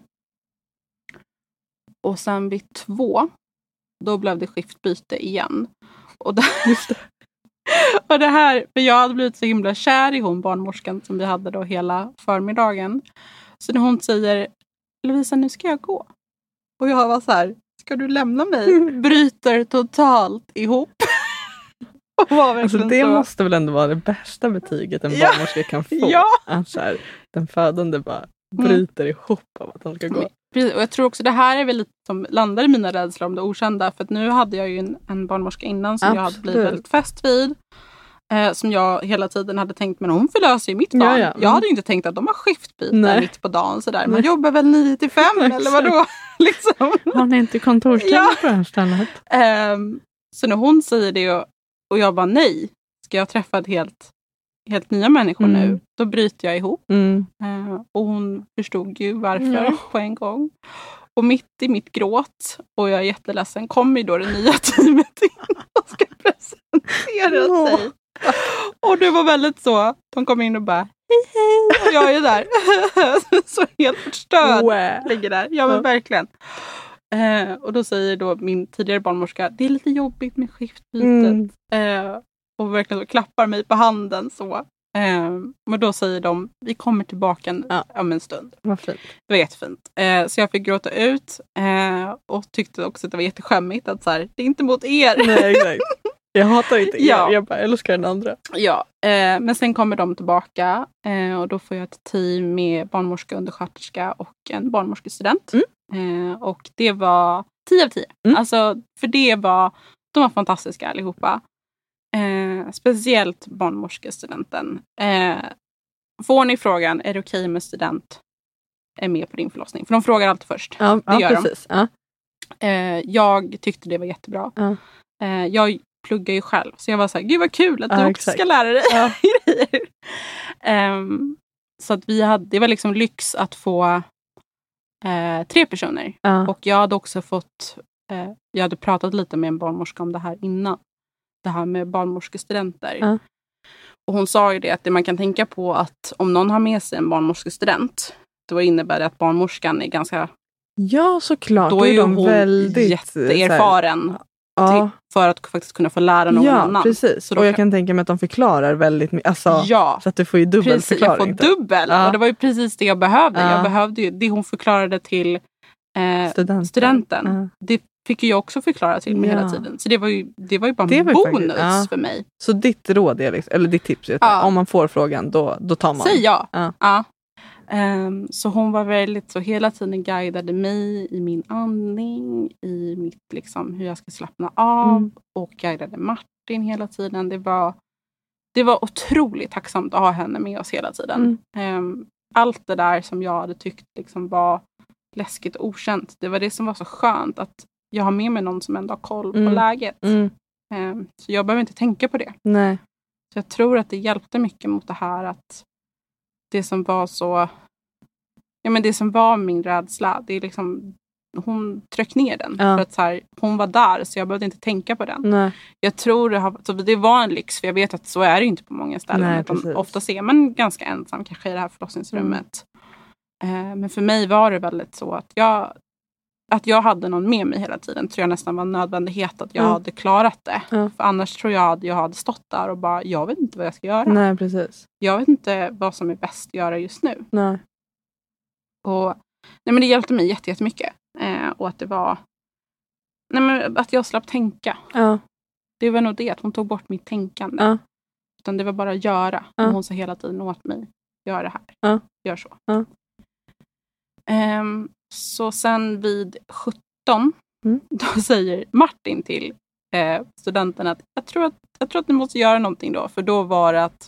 Och sen vid 2. Då blev det skiftbyte igen. Och och det här, för jag hade blivit så himla kär i hon barnmorskan som vi hade då hela förmiddagen. Så när hon säger, Lovisa, nu ska jag gå. Och jag var så här, ska du lämna mig? Bryter totalt ihop. Alltså det måste väl ändå vara det bästa betyget en barnmorska kan få. Ja. Alltså här, den födande bara bryter ihop av att de ska gå. Och jag tror också det här är väl lite som landar i mina rädslor om det okända. För att nu hade jag ju en barnmorska innan som jag hade blivit väldigt fäst vid. Som jag hela tiden hade tänkt, men hon förlöser ju mitt barn. Jag hade ju inte tänkt att de har skiftbyte mitt på dagen. Sådär. Man jobbar väl 9-5 eller vadå? Liksom. Har ni inte kontorstid på det här stället? Så när hon säger det och jag bara nej. Ska jag träffa ett helt helt nya människor nu, då bryter jag ihop. Och hon förstod ju varför på en gång. Och mitt i mitt gråt, och jag är jätteledsen, kommer ju då det nya teamet in och ska presentera sig. Och det var väldigt så, de kom in och bara hej, och jag är där. Så helt förstörd ligger där. Ja, men verkligen. Och då säger då min tidigare barnmorska, det är lite jobbigt med skiftbytet. Och verkligen så klappar mig på handen så. Men då säger de, vi kommer tillbaka om en stund. Vad fint. Det var jättefint. Så jag fick gråta ut. Och tyckte också att det var jätteskämmigt att så här, det är inte mot er. Nej, exakt. Jag hatar inte er, jag älskar den andra. Ja, men sen kommer de tillbaka. Och då får jag ett team med barnmorska, undersköterska och en barnmorskestudent. Och det var 10 av 10. Alltså, för de var fantastiska allihopa. Speciellt barnmorskestudenten. Får ni frågan, är det okej med student är med på din förlossning? För de frågar alltid först. Ja, det gör precis. de. Jag tyckte det var jättebra. Jag pluggar ju själv. Så jag var så här, gud vad kul att du också ska lära dig grejer. Så att det var liksom lyx att få 3 personer. Och jag hade också fått, jag hade pratat lite med en barnmorska om det här innan. Det här med barnmorskestudenter. Och hon sa ju det att det man kan tänka på att om någon har med sig en barnmorskestudent, då innebär det att barnmorskan är ganska... Ja, såklart. Då är de hon väldigt jätteerfaren för att faktiskt kunna få lära någon annan. Ja, precis. Så och jag kan tänka mig att de förklarar väldigt mycket. Alltså, så att du får ju dubbel förklaring. Jag får dubbel. Och det var ju precis det jag behövde. Jag behövde ju det hon förklarade till studenten. Det fick ju jag också förklara till mig hela tiden. Så det var ju bara en bonus för mig. Så ditt råd är liksom, eller ditt tips är att om man får frågan, då tar man. Säg ja. Så hon var väldigt så hela tiden guidade mig i min andning, i mitt liksom hur jag ska slappna av och guidade Martin hela tiden. Det var otroligt tacksamt att ha henne med oss hela tiden. Allt det där som jag hade tyckt liksom var läskigt och okänt, det var det som var så skönt att jag har med mig någon som ändå har koll på läget. Så jag behöver inte tänka på det. Nej. Så jag tror att det hjälpte mycket mot det här att det som var så... Ja, men det som var min rädsla, det är liksom... Hon tryckte ner den. För att så här, hon var där, så jag behövde inte tänka på den. Nej. Jag tror det var en lyx, för jag vet att så är det inte på många ställen. Nej, ofta ser man ganska ensam kanske i det här förlossningsrummet. Men för mig var det väldigt så att jag hade någon med mig hela tiden, tror jag nästan var en nödvändighet att jag hade klarat det. För annars tror jag att jag hade stått där och bara, jag vet inte vad jag ska göra. Nej, precis. Jag vet inte vad som är bäst att göra just nu. Nej. Men det hjälpte mig jättemycket. Och att det var att jag slapp tänka. Det var nog det, att hon tog bort mitt tänkande. Utan det var bara att göra. Och hon sa hela tiden åt mig, gör det här. Gör så. Så sen vid 17 då säger Martin till studenten att jag tror att ni måste göra någonting då. För då var det att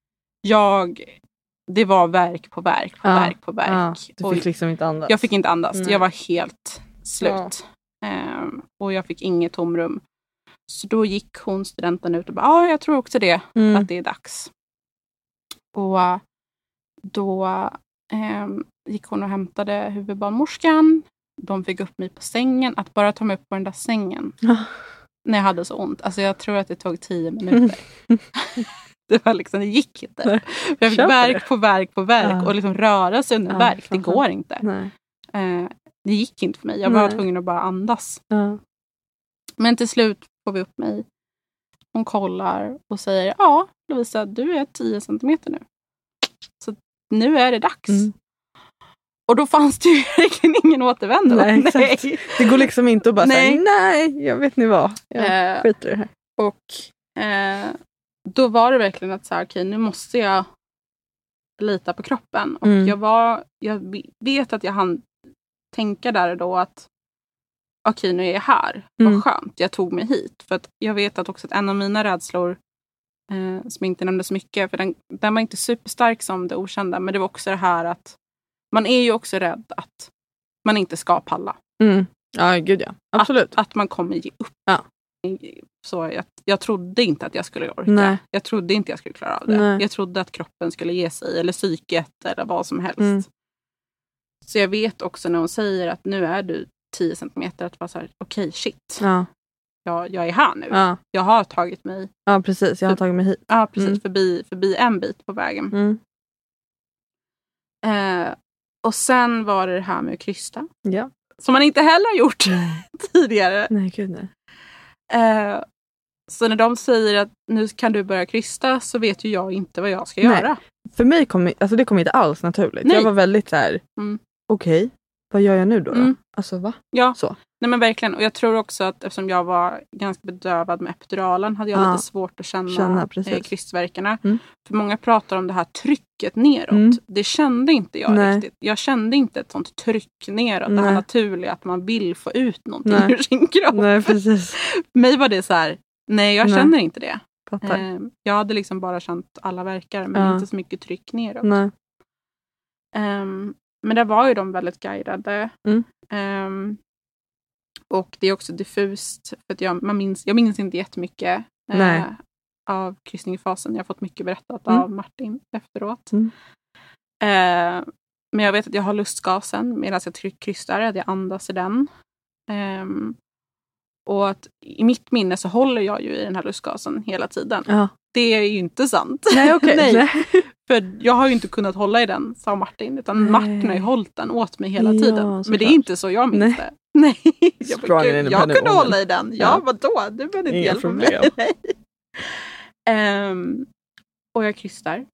det var verk på verk på verk på verk. Du fick liksom inte andas. Jag fick inte andas. Jag var helt slut. Och jag fick inget tomrum. Så då gick studenten ut och bara, jag tror också det. Att det är dags. Och då gick hon och hämtade huvudbarnmorskan. De fick upp mig på sängen. Att bara ta mig upp på den där sängen. När jag hade så ont. Alltså jag tror att det tog 10 minuter. Det var liksom, det gick inte. Jag fick verk på verk på verk. Och liksom röra sig under verk. Det går inte. Det gick inte för mig. Jag var tvungen att bara andas. Men till slut får vi upp mig. Hon kollar och säger, Lovisa, du är 10 centimeter nu. Så nu är det dags. Och då fanns det ju verkligen ingen återvändo. Nej. Det går liksom inte att bara säga, nej, jag vet ni vad. Jag skiter i det här. Och då var det verkligen att så här, okej, nu måste jag lita på kroppen. Och jag vet att jag hann tänka där då att okej, nu är jag här. Vad skönt, jag tog mig hit. För att jag vet att också att en av mina rädslor som inte nämndes mycket, för den var inte superstark som det okända, men det var också det här att man är ju också rädd att man inte ska palla. Ja, gud ja. Absolut. Att man kommer ge upp. Så jag trodde inte att jag skulle orka. Nej. Jag trodde inte jag skulle klara av det. Nej. Jag trodde att kroppen skulle ge sig. Eller psyket eller vad som helst. Så jag vet också när hon säger att nu är du 10 centimeter. Att vara så här, okej, shit. Ja. Jag är här nu. Ja. Jag har tagit mig. Ja, precis. Jag har tagit mig hit. Ja, precis. Förbi en bit på vägen. Och sen var det här med att krysta. Ja. Som man inte heller har gjort tidigare. Nej, gud nej. Så när de säger att nu kan du börja krysta så vet ju jag inte vad jag ska göra. För mig det kom inte alls naturligt. Nej. Jag var väldigt så här, okej, vad gör jag nu då? Alltså va? Ja, så. Nej men verkligen. Och jag tror också att eftersom jag var ganska bedövad med epiduralen hade jag lite svårt att känna krystvärkarna. För många pratar om det här trycket neråt. Det kände inte jag riktigt. Jag kände inte ett sånt tryck neråt. Det här naturliga att man vill få ut någonting ur sin kropp. Nej, precis. För mig var det så här, nej jag känner inte det. Jag hade liksom bara känt alla verkar men inte så mycket tryck neråt. Nej. Men där var ju de väldigt guidade. Och det är också diffust. För att jag minns inte jättemycket av kryssning i fasen. Jag har fått mycket berättat av Martin efteråt. Men jag vet att jag har lustgasen medan jag krystar. Att jag andas i den. Och att i mitt minne så håller jag ju i den här lustgasen hela tiden. Ja. Det är ju inte sant. Nej, okej. Nej. För jag har ju inte kunnat hålla i den, sa Martin. Utan Martin har ju hållit den åt mig hela tiden. Men det är inte så jag minns det. Nej. Jag kunde hålla i den. Ja, vadå? Du behöver inte hjälpa mig. Och jag krystar.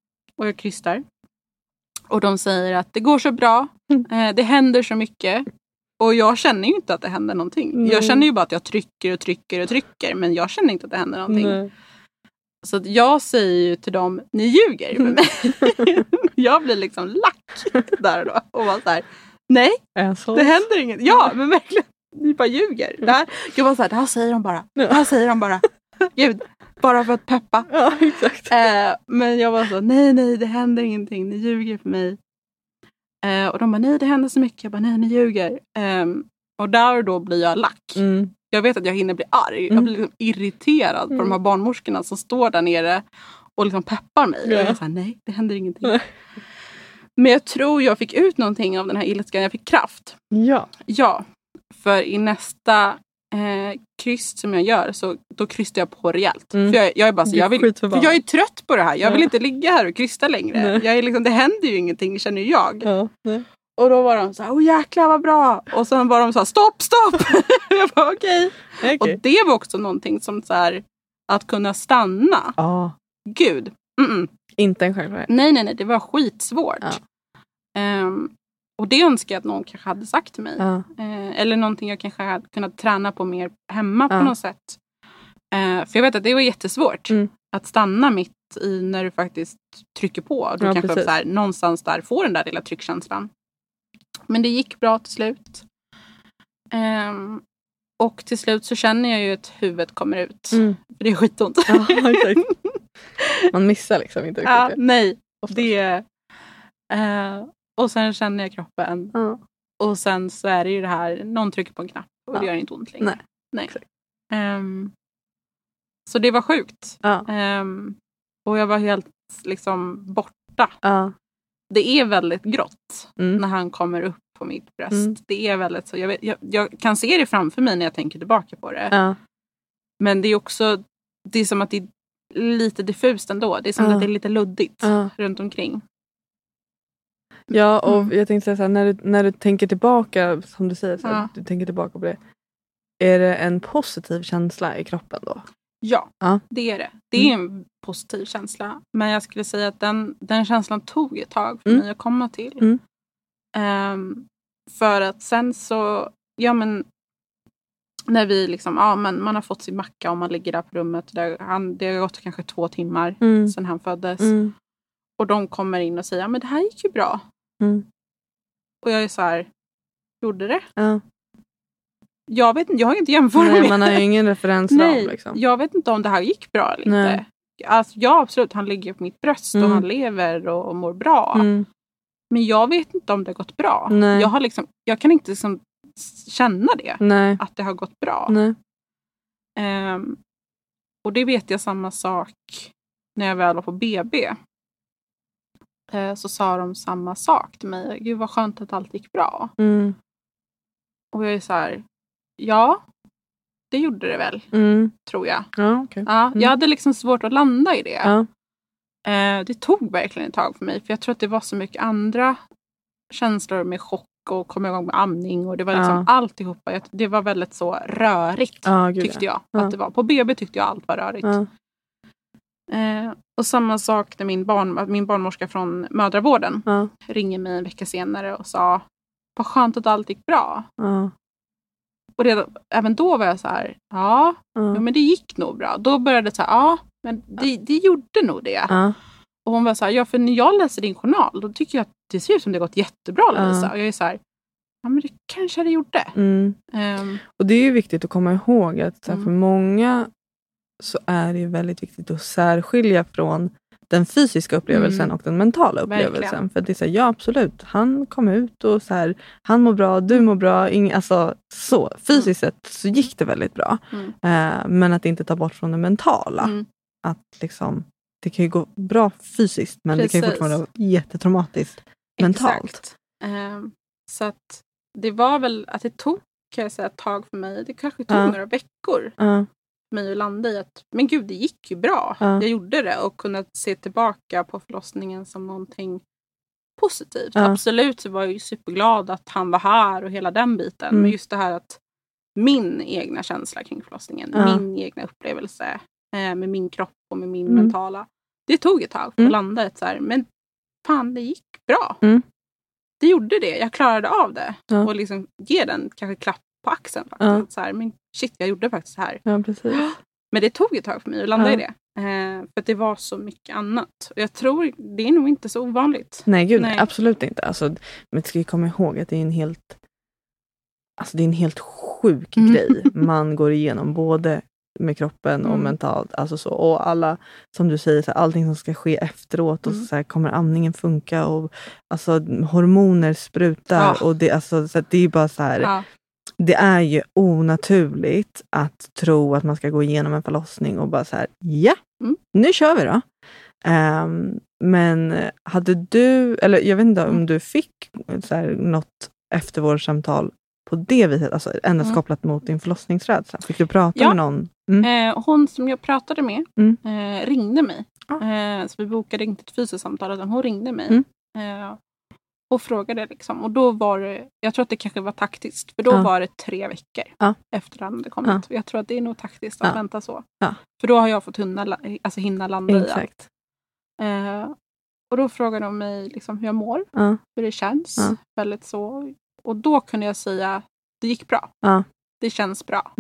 Och de säger att det går så bra. Det händer så mycket. Och jag känner ju inte att det händer någonting. Jag känner ju bara att jag trycker. Men jag känner inte att det händer någonting. Nej. Så att jag säger ju till dem, ni ljuger för mig. Jag blir liksom lack där då. Och var så här, nej, det händer inget. Ja, men verkligen, ni bara ljuger. Jag var så här, det här säger de bara. Gud, bara för att peppa. Ja, exakt. Men jag var så, nej, det händer ingenting. Ni ljuger för mig. Och de bara, nej, det händer så mycket. Jag bara, nej, ni ljuger. Och där och då blir jag lack. Jag vet att jag hinner bli arg. Jag blir liksom irriterad på de här barnmorskorna som står där nere och liksom peppar mig. Och jag är så här, nej, det händer ingenting. Men jag tror jag fick ut någonting av den här ilskan. Jag fick kraft. Ja, för i nästa kryss som jag gör så då krystar jag på rejält. För jag är bara så, jag är trött på det här. Jag vill inte ligga här och krysta längre. Jag är liksom, det händer ju ingenting, känner jag. Och då var de så här, jäklar vad bra. Och sen var de så här, stopp. Jag bara okej. Och det var också någonting som så här, att kunna stanna. Gud. Inte en självklart. Nej, det var skitsvårt. Och det önskar jag att någon kanske hade sagt till mig. Eller någonting jag kanske hade kunnat träna på mer hemma på något sätt. För jag vet att det var jättesvårt. Att stanna mitt i när du faktiskt trycker på. Du kanske så här, någonstans där får den där lilla tryckkänslan. Men det gick bra till slut. Och till slut så känner jag ju att huvudet kommer ut. För det är skitont. Man missar liksom inte riktigt det. Nej, det och sen känner jag kroppen. Och sen så är det ju det här, någon trycker på en knapp och det gör inte ont längre. Nej. Så det var sjukt. Och jag var helt liksom borta. Det är väldigt grått när han kommer upp på mitt bröst. Det är väldigt så. Jag kan se det framför mig när jag tänker tillbaka på det. Men det är också, det är som att det är lite diffust ändå. Det är som att det är lite luddigt runt omkring. Ja, och jag tänkte säga så här, när du tänker tillbaka, som du säger, så här, du tänker tillbaka på det. Är det en positiv känsla i kroppen då? Ja, det är det. Det är en positiv känsla. Men jag skulle säga att den känslan tog ett tag för mig att komma till. För att sen så, när vi liksom, men man har fått sin macka och man ligger där på rummet. Det har gått kanske 2 timmar sedan han föddes. Och de kommer in och säger, men det här gick ju bra. Och jag är så här, gjorde det? Jag vet inte, jag har inte jämfört med. Man har ju ingen referensram. Liksom. Jag vet inte om det här gick bra eller inte. Alltså, ja, absolut, han ligger på mitt bröst och han lever och mår bra. Men jag vet inte om det har gått bra. Jag kan inte liksom känna det. Att det har gått bra. Och det vet jag samma sak när jag väl var på BB. Så sa de samma sak till mig. Gud vad skönt att allt gick bra. Och jag är så här, ja, det gjorde det väl, tror jag. Ja, okay. Jag hade liksom svårt att landa i det. Det tog verkligen ett tag för mig. För jag tror att det var så mycket andra känslor med chock och komma igång med amning. Och det var liksom alltihopa. Det var väldigt så rörigt, tyckte jag. Att det var. På BB tyckte jag allt var rörigt. Och samma sak när min barnmorska från mödravården ringer mig en vecka senare och sa, vad skönt att allt gick bra. Och även då var jag så här, ja, men det gick nog bra. Då började det så här, men det gjorde nog det. Och hon var så här, ja, för när jag läser din journal, då tycker jag att det ser ut som det gått jättebra, Lovisa. Och jag är så här, ja, men det kanske det gjorde. Och det är ju viktigt att komma ihåg att så här, för många så är det ju väldigt viktigt att särskilja från den fysiska upplevelsen och den mentala upplevelsen. Verkligen. För att det är så här, ja absolut, han kom ut och så här, han mår bra, du mår bra. Alltså så, fysiskt sett så gick det väldigt bra. Men att inte ta bort från det mentala. Att liksom, det kan ju gå bra fysiskt, men det kan ju fortfarande vara jättetraumatiskt mentalt. Så att det var väl att det tog, kan jag säga, ett tag för mig. Det kanske tog några veckor för mig att landa i att, men gud, det gick ju bra. Jag gjorde det och kunde se tillbaka på förlossningen som någonting positivt. Absolut så var jag ju superglad att han var här och hela den biten. Men just det här att min egna känsla kring förlossningen, min egna upplevelse med min kropp och med min mentala, det tog ett tag för att landa ett så här, men fan, det gick bra. Det gjorde det, jag klarade av det. Och liksom ge den kanske klapp på axeln faktiskt. Så här, men shit, jag gjorde faktiskt så här. Ja, precis. Men det tog ett tag för mig att landa i det. För att det var så mycket annat. Och jag tror, det är nog inte så ovanligt. Nej, gud, nej. Absolut inte. Alltså, men ska vi komma ihåg att det är en helt sjuk grej man går igenom, både med kroppen och mentalt. Alltså så, och alla, som du säger, så här, allting som ska ske efteråt och så här, kommer amningen funka och alltså, hormoner sprutar och det, alltså, så det är bara så här, det är ju onaturligt att tro att man ska gå igenom en förlossning och bara så här, nu kör vi då. Men hade du, eller jag vet inte om du fick så här, något eftervårdssamtal på det viset, alltså endast kopplat mot din förlossningsrädsla. Fick du prata med någon? Hon som jag pratade med ringde mig. Så vi bokade inte ett fysiskt samtal, utan hon ringde mig. Och frågade liksom. Och då var det, jag tror att det kanske var taktiskt. För då var det 3 veckor efter han hade kommit. Jag tror att det är nog taktiskt att vänta så. För då har jag fått hinna landa i allt. Och då frågade de mig liksom hur jag mår. Hur det känns. Väldigt så. Och då kunde jag säga, det gick bra. Det känns bra.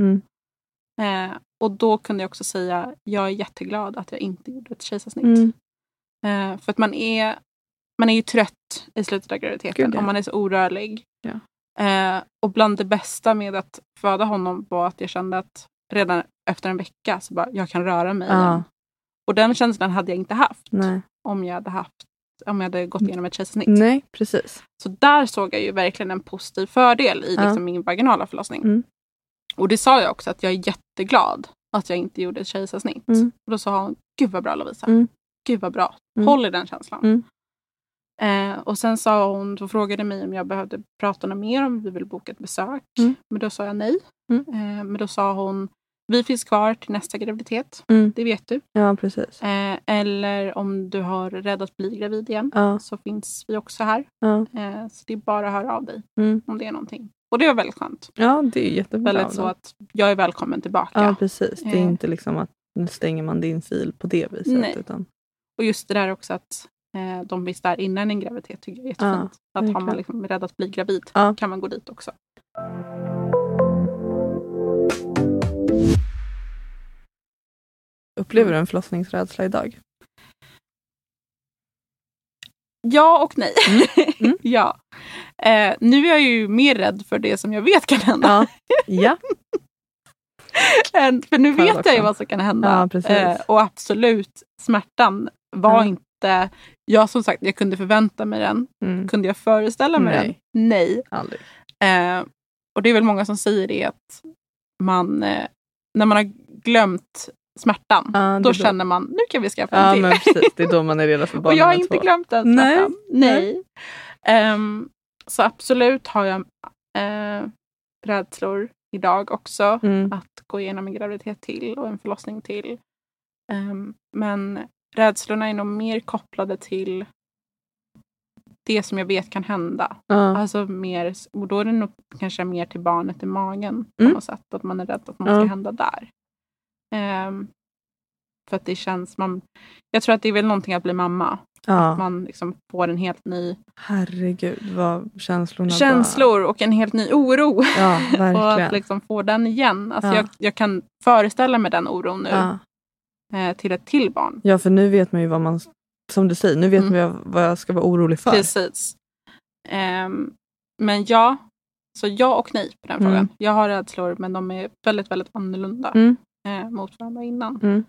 Och då kunde jag också säga, jag är jätteglad att jag inte gjorde ett kejsarsnitt. För att man är ju trött i slutet av graviditeten. Om man är så orörlig. Och bland det bästa med att föda honom var att jag kände att redan efter en vecka så bara, jag kan röra mig igen. Och den känslan hade jag inte haft. Om jag hade gått igenom ett kejsarsnitt. Nej, precis. Så där såg jag ju verkligen en positiv fördel i liksom min vaginala förlossning. Och det sa jag också, att jag är jätteglad att jag inte gjorde ett kejsarsnitt. Och då sa hon, gud vad bra, Lovisa. Gud vad bra. Håll i den känslan. Och sen sa hon, så frågade mig om jag behövde prata något mer, om vi vill boka ett besök. Men då sa jag nej. Men då sa hon, vi finns kvar till nästa graviditet. Det vet du. Ja, precis. Eller om du har rädd att bli gravid igen, så finns vi också här. Så det är bara att höra av dig om det är någonting. Och det var väldigt skönt. Ja, det är jättebra. Väldigt så att jag är välkommen tillbaka. Ja, precis. Det är inte liksom att nu stänger man din fil på det viset. Nej. Utan... Och just det där också att de finns där innan en graviditet, tycker jag är jättefint. Att har man liksom rädd att bli gravid kan man gå dit också. Upplever du en förlossningsrädsla idag? Ja och nej. Ja. Nu är jag ju mer rädd för det som jag vet kan hända. Ja. För nu vet jag ju vad som kan hända. Och absolut, smärtan var inte... Jag som sagt, jag kunde förvänta mig den. Kunde jag föreställa mig den? Nej. Aldrig. Och det är väl många som säger det, att man... när man har glömt smärtan. Då känner man, nu kan vi skaffa en till. Men precis, det är då man är redo för barn. Och jag har inte glömt den smärtan. Nej. Så absolut har jag rädslor idag också. Att gå igenom en graviditet till och en förlossning till. Men rädslorna är nog mer kopplade till det som jag vet kan hända. Alltså mer, och då är det nog kanske mer till barnet i magen på något sätt. Att man är rädd att något ska hända där. För att det känns, jag tror att det är väl någonting att bli mamma. Att man liksom får en helt ny... Herregud, vad känslor och en helt ny oro. Ja, verkligen. Och att liksom få den igen. Alltså jag kan föreställa mig den oron nu. Till ett till barn. Ja, för nu vet man ju vad man... Som du säger, nu vet man vad jag ska vara orolig för. Precis. Men ja, så ja och nej på den frågan. Jag har rädslor, men de är väldigt, väldigt annorlunda mot varandra innan.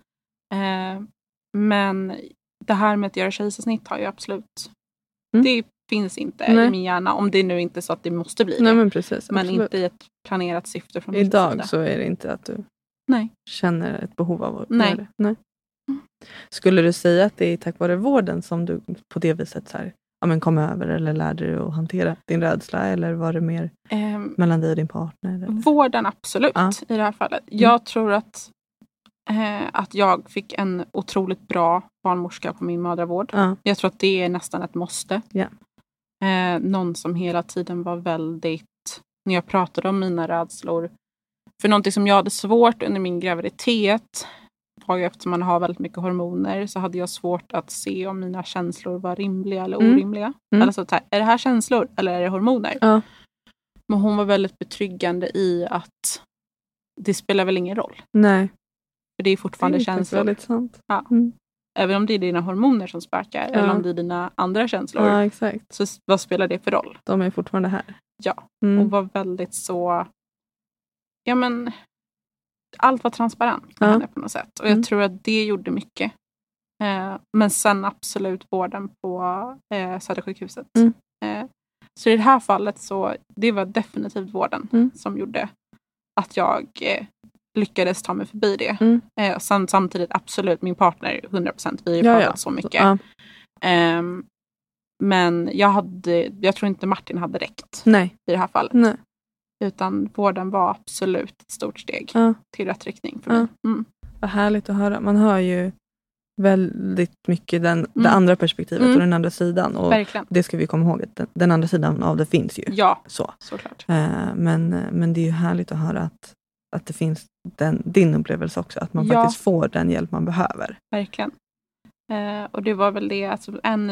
Men det här med att göra kejsarsnitt har ju absolut... Det finns inte i min hjärna. Om det nu inte är så att det måste bli det. Nej, men precis. Men inte i ett planerat syfte från min sida. Idag så är det inte att du känner ett behov av att göra det. Nej. Skulle du säga att det är tack vare vården som du på det viset så här, kom över eller lärde dig att hantera din rädsla? Eller var det mer mellan dig och din partner? Eller? Vården absolut i det här fallet. Jag tror att jag fick en otroligt bra barnmorska på min mödravård. Jag tror att det är nästan ett måste. Någon som hela tiden var väldigt, när jag pratade om mina rädslor, för någonting som jag hade svårt under min graviditet var ju, eftersom man har väldigt mycket hormoner, så hade jag svårt att se om mina känslor var rimliga eller orimliga. Alltså så här, är det här känslor eller är det hormoner? Men hon var väldigt betryggande i att det spelar väl ingen roll. Nej. För det är fortfarande det är känslor. Väldigt sant. Även om det är dina hormoner som sparkar eller om det är dina andra känslor. Ja, exakt. Så vad spelar det för roll? De är fortfarande här. Ja, och var väldigt så... Ja, men... Allt var transparent med henne på något sätt. Och jag tror att det gjorde mycket. Men sen absolut vården på Södersjukhuset. Så i det här fallet så det var definitivt vården som gjorde att jag lyckades ta mig förbi det. Sen samtidigt absolut min partner 100%. Vi har ju pratat så mycket. Men jag tror inte Martin hade räckt i det här fallet. Nej. Utan vården var absolut ett stort steg till rätt riktning för mig. Vad härligt att höra. Man hör ju väldigt mycket det andra perspektivet och den andra sidan. Och verkligen. Det ska vi komma ihåg att den andra sidan av det finns ju. Ja, såklart. Men det är ju härligt att höra att det finns din upplevelse också. Att man faktiskt får den hjälp man behöver. Verkligen. Och det var väl det, alltså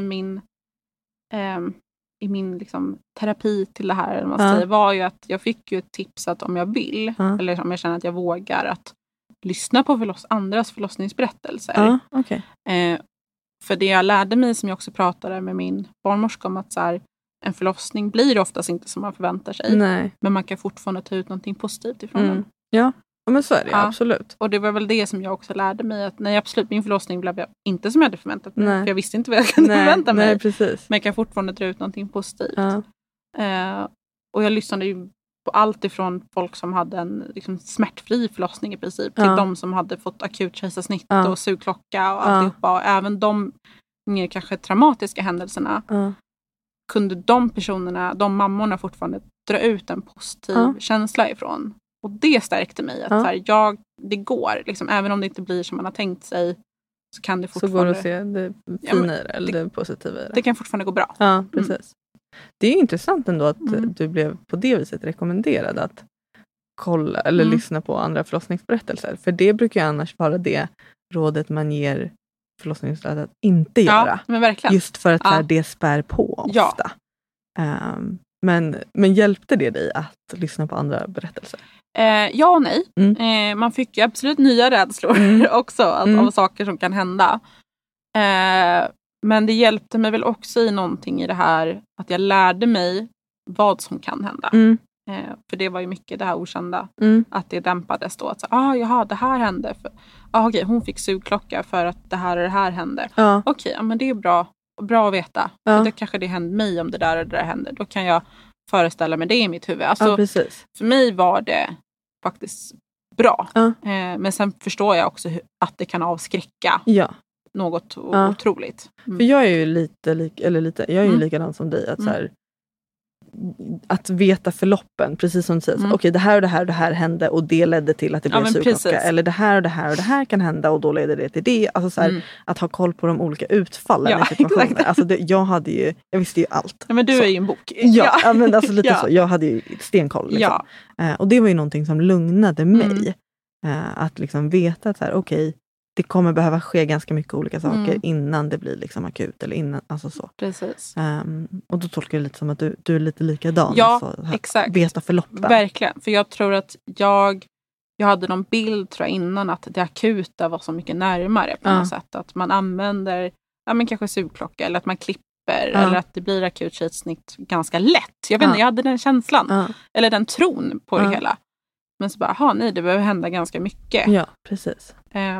i min liksom, terapi till det här, man säger, var ju att jag fick ju ett tips att om jag vill, eller om jag känner att jag vågar, att lyssna på andras förlossningsberättelser. Okay. För det jag lärde mig, som jag också pratade med min barnmorska om, att så här, en förlossning blir oftast inte som man förväntar sig. Nej. Men man kan fortfarande ta ut någonting positivt ifrån den. Ja, men så är det absolut. Och det var väl det som jag också lärde mig, att min förlossning blev inte som jag hade förväntat mig. För jag visste inte vad jag kunde förvänta mig. Nej, precis. Men jag kan fortfarande dra ut någonting positivt. Och jag lyssnade ju på allt ifrån folk som hade en liksom, smärtfri förlossning i princip, till de som hade fått akut kejsarsnitt och sugklocka och alltihopa. Och även de mer kanske traumatiska händelserna kunde de mammorna fortfarande dra ut en positiv känsla ifrån. Och det stärkte mig. Att så här, det går. Liksom, även om det inte blir som man har tänkt sig, så kan det fortfarande... Så går det att se det fina eller det positiva i det. Det kan fortfarande gå bra. Ja, precis. Det är intressant ändå att du blev på det viset rekommenderad att kolla eller lyssna på andra förlossningsberättelser. För det brukar ju annars vara det rådet man ger förlossningsrädd att inte göra. Ja, men verkligen. Just för att det spär på ofta. Men hjälpte det dig att lyssna på andra berättelser? Ja och nej. Man fick ju absolut nya rädslor också av saker som kan hända. Men det hjälpte mig väl också i någonting i det här, att jag lärde mig vad som kan hända. För det var ju mycket det här okända. Att det dämpades då. Att jaha, det här hände. Okej, hon fick sugklocka för att det här och det här hände. Okej, men det är bra att veta. För det kanske det hände mig om det där och det där hände. Då kan jag föreställa mig det i mitt huvud. Alltså, precis. För mig var det faktiskt bra. Men sen förstår jag också att det kan avskräcka något otroligt. För jag är ju jag är ju likadan som dig. Att, så här, att veta förloppen, precis som du säger. Okej, det här och det här och det här hände och det ledde till att det blev surklocka. Eller det här och det här och det här kan hända och då leder det till det. Alltså så här, att ha koll på de olika utfallen i situationer. Alltså jag visste ju allt. Ja, men du är ju en bok. Ja, men alltså lite så. Jag hade ju stenkoll. Liksom. Och det var ju någonting som lugnade mig. Att liksom veta att så här, okej, det kommer behöva ske ganska mycket olika saker innan det blir liksom akut eller innan, alltså så. Precis. Och då tolkar jag lite som att du är lite likadan. Ja, alltså, exakt. Veta förloppen. Verkligen, för jag tror att jag hade någon bild tror jag innan att det akuta var så mycket närmare på något sätt. Att man använder, men kanske sugklocka eller att man klipper eller att det blir akut kejsarsnitt ganska lätt. Jag vet inte, jag hade den känslan. Eller den tron på det hela. Men så bara, nej, det behöver hända ganska mycket. Ja, precis.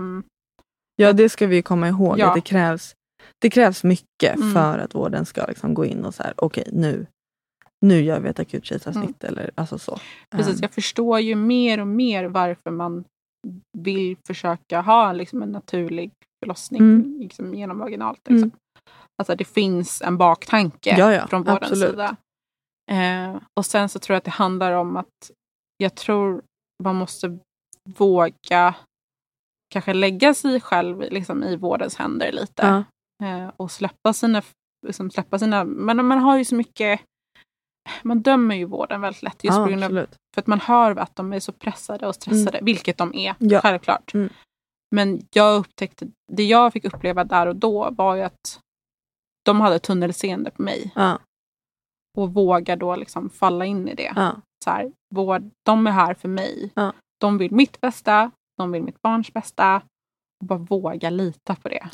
Ja, det ska vi komma ihåg. Ja. Att det krävs mycket för att vården ska liksom gå in och så här, okej, nu gör vi ett akut kejsarsnitt eller alltså så. Precis, jag förstår ju mer och mer varför man vill försöka ha liksom en naturlig förlossning liksom, genom vaginalt. Liksom. Alltså det finns en baktanke från vårdens sida. Och sen så tror jag att det handlar om att jag tror man måste våga kanske lägga sig själv liksom, i vårdens händer lite. Och släppa sina men man har ju så mycket, man dömer ju vården väldigt lätt just på grund av, för att man hör att de är så pressade och stressade, vilket de är, självklart. Men jag upptäckte, det jag fick uppleva där och då var ju att de hade tunnelseende på mig. Och vågar då liksom falla in i det. Så här, de är här för mig. De vill mitt bästa. De vill mitt barns bästa. Och bara våga lita på det.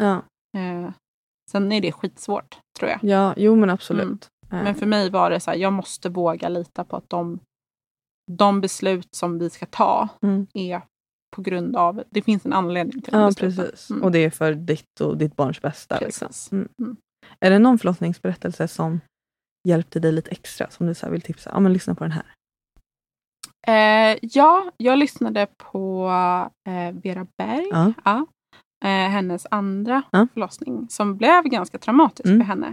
Sen är det skitsvårt, tror jag. Ja, jo men absolut. Men för mig var det så här, jag måste våga lita på att de beslut som vi ska ta är på grund av, det finns en anledning till det. Precis. Och det är för ditt och ditt barns bästa. Liksom. Är det någon förlossningsberättelse som hjälpte dig lite extra, som du så här vill tipsa? Ja, men lyssna på den här. Jag lyssnade på Vera Berg. Hennes andra förlossning som blev ganska traumatisk för henne.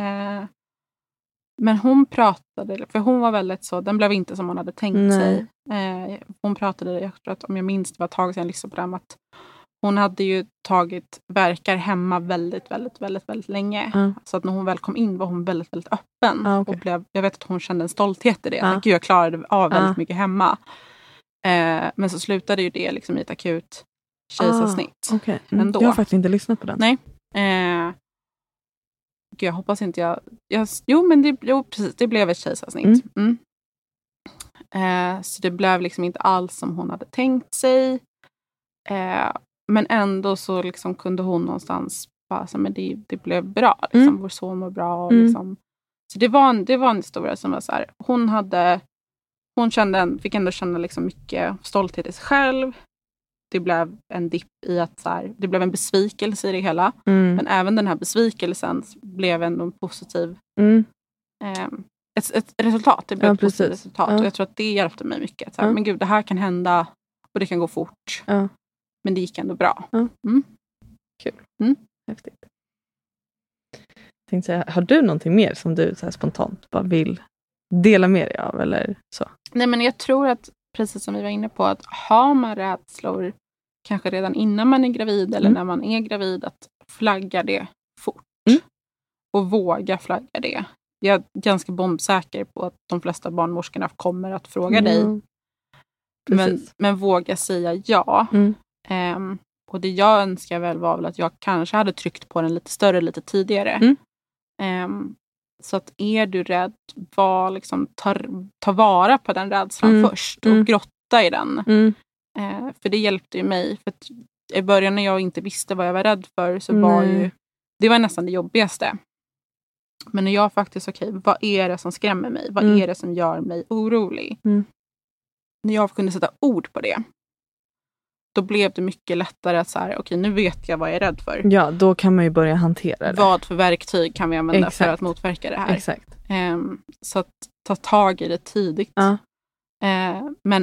Men hon pratade, för hon var väldigt så, den blev inte som man hade tänkt sig. Hon pratade, jag tror att om jag minns det var ett tag sedan jag lyssnade på det, att hon hade ju tagit verkar hemma väldigt, väldigt, väldigt, väldigt länge. Så att när hon väl kom in var hon väldigt, väldigt öppen. Och jag vet att hon kände en stolthet i det. Gud, jag klarade av väldigt mycket hemma. Men så slutade ju det liksom i ett akut kejsarsnitt. Ändå. Jag har faktiskt inte lyssnat på den. Nej. Gud, jag hoppas inte precis, det blev ett kejsarsnitt. Så det blev liksom inte alls som hon hade tänkt sig. Men ändå så liksom kunde hon någonstans bara så, men det blev bra. Liksom. Vår son var bra. Liksom. Så det var en historia som var så här. Hon fick ändå känna liksom mycket stolthet i sig själv. Det blev en dipp i att så här, det blev en besvikelse i det hela. Men även den här besvikelsen blev ändå en positiv ett resultat. Det blev ett positivt resultat. Och jag tror att det hjälpte mig mycket. Så här, men gud, det här kan hända och det kan gå fort. Men det gick ändå bra. Kul. Häftigt. Jag tänkte säga, har du någonting mer som du så här spontant bara vill dela med dig av? Eller så? Nej, men jag tror att precis som vi var inne på, att har man rädslor kanske redan innan man är gravid eller när man är gravid, att flagga det fort. Och våga flagga det. Jag är ganska bombsäker på att de flesta barnmorskorna kommer att fråga dig. Men våga säga ja. Och det jag önskar väl var väl att jag kanske hade tryckt på den lite större lite tidigare. Så att är du rädd, liksom, ta vara på den rädslan först och grotta i den. För det hjälpte ju mig. För att i början när jag inte visste vad jag var rädd för så var ju det var nästan det jobbigaste. Men när jag faktiskt, vad är det som skrämmer mig? Vad är det som gör mig orolig? När jag kunde sätta ord på det, då blev det mycket lättare att så här, nu vet jag vad jag är rädd för. Ja, då kan man ju börja hantera det. Vad för verktyg kan vi använda för att motverka det här? Exakt. Så att ta tag i det tidigt. Men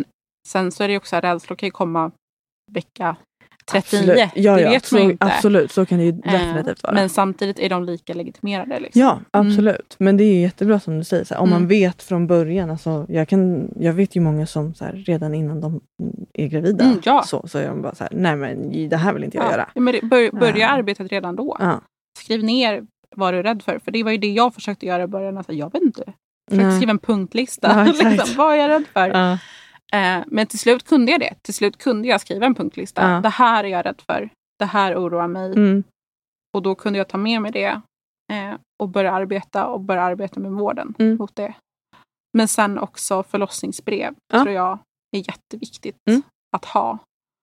Sen så är det också att rädslor kan ju komma vecka 39. Absolut. Ja, det vet man ju inte. Absolut, så kan det ju definitivt vara. Men samtidigt är de lika legitimerade. Liksom. Ja, absolut. Men det är ju jättebra som du säger. Så här, om man vet från början. Alltså, jag vet ju många som så här, redan innan de är gravida. Så är de bara så här, nej men det här vill inte jag göra. Ja, men börja arbetet redan då. Ja. Skriv ner vad du är rädd för. För det var ju det jag försökte göra i början. Alltså, jag vet inte. Jag försökte skriva en punktlista. Ja, liksom, vad är jag rädd för? Ja. Men till slut kunde jag det. Till slut kunde jag skriva en punktlista. Ja. Det här är jag rädd för. Det här oroar mig. Och då kunde jag ta med mig det. Och börja arbeta med vården mot det. Men sen också förlossningsbrev tror jag är jätteviktigt att ha.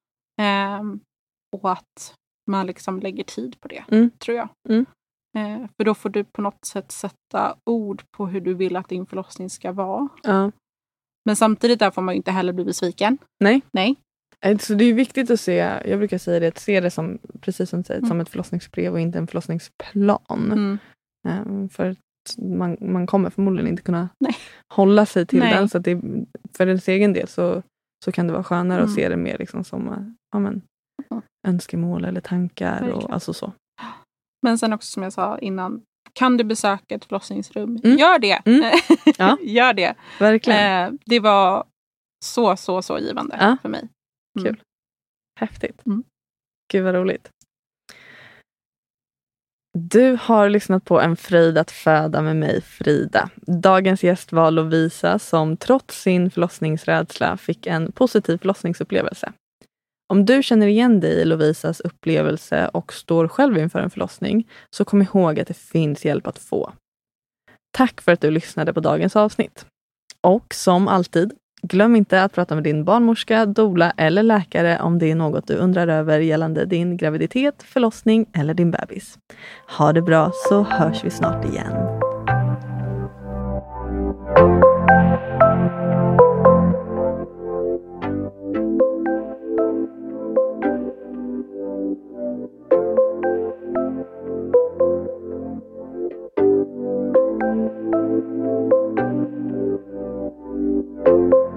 Och att man liksom lägger tid på det, tror jag. För då får du på något sätt sätta ord på hur du vill att din förlossning ska vara. Ja. Men samtidigt där får man ju inte heller bli besviken. Nej. Så det är viktigt att se, jag brukar säga det, att se det som, precis som du säger, som ett förlossningsbrev och inte en förlossningsplan. För att man kommer förmodligen inte kunna hålla sig till den. Så att det, för ens egen del så kan det vara skönare att se det mer liksom som önskemål eller tankar. Och, alltså så. Men sen också som jag sa innan, kan du besöka ett förlossningsrum? Gör det! Ja. Gör det! Verkligen. Det var så givande för mig. Kul. Häftigt. Gud vad roligt. Du har lyssnat på En fröjd att föda med mig, Frida. Dagens gäst var Lovisa som trots sin förlossningsrädsla fick en positiv förlossningsupplevelse. Om du känner igen dig i Lovisas upplevelse och står själv inför en förlossning, så kom ihåg att det finns hjälp att få. Tack för att du lyssnade på dagens avsnitt. Och som alltid, glöm inte att prata med din barnmorska, doula eller läkare om det är något du undrar över gällande din graviditet, förlossning eller din bebis. Ha det bra, så hörs vi snart igen. Thank you.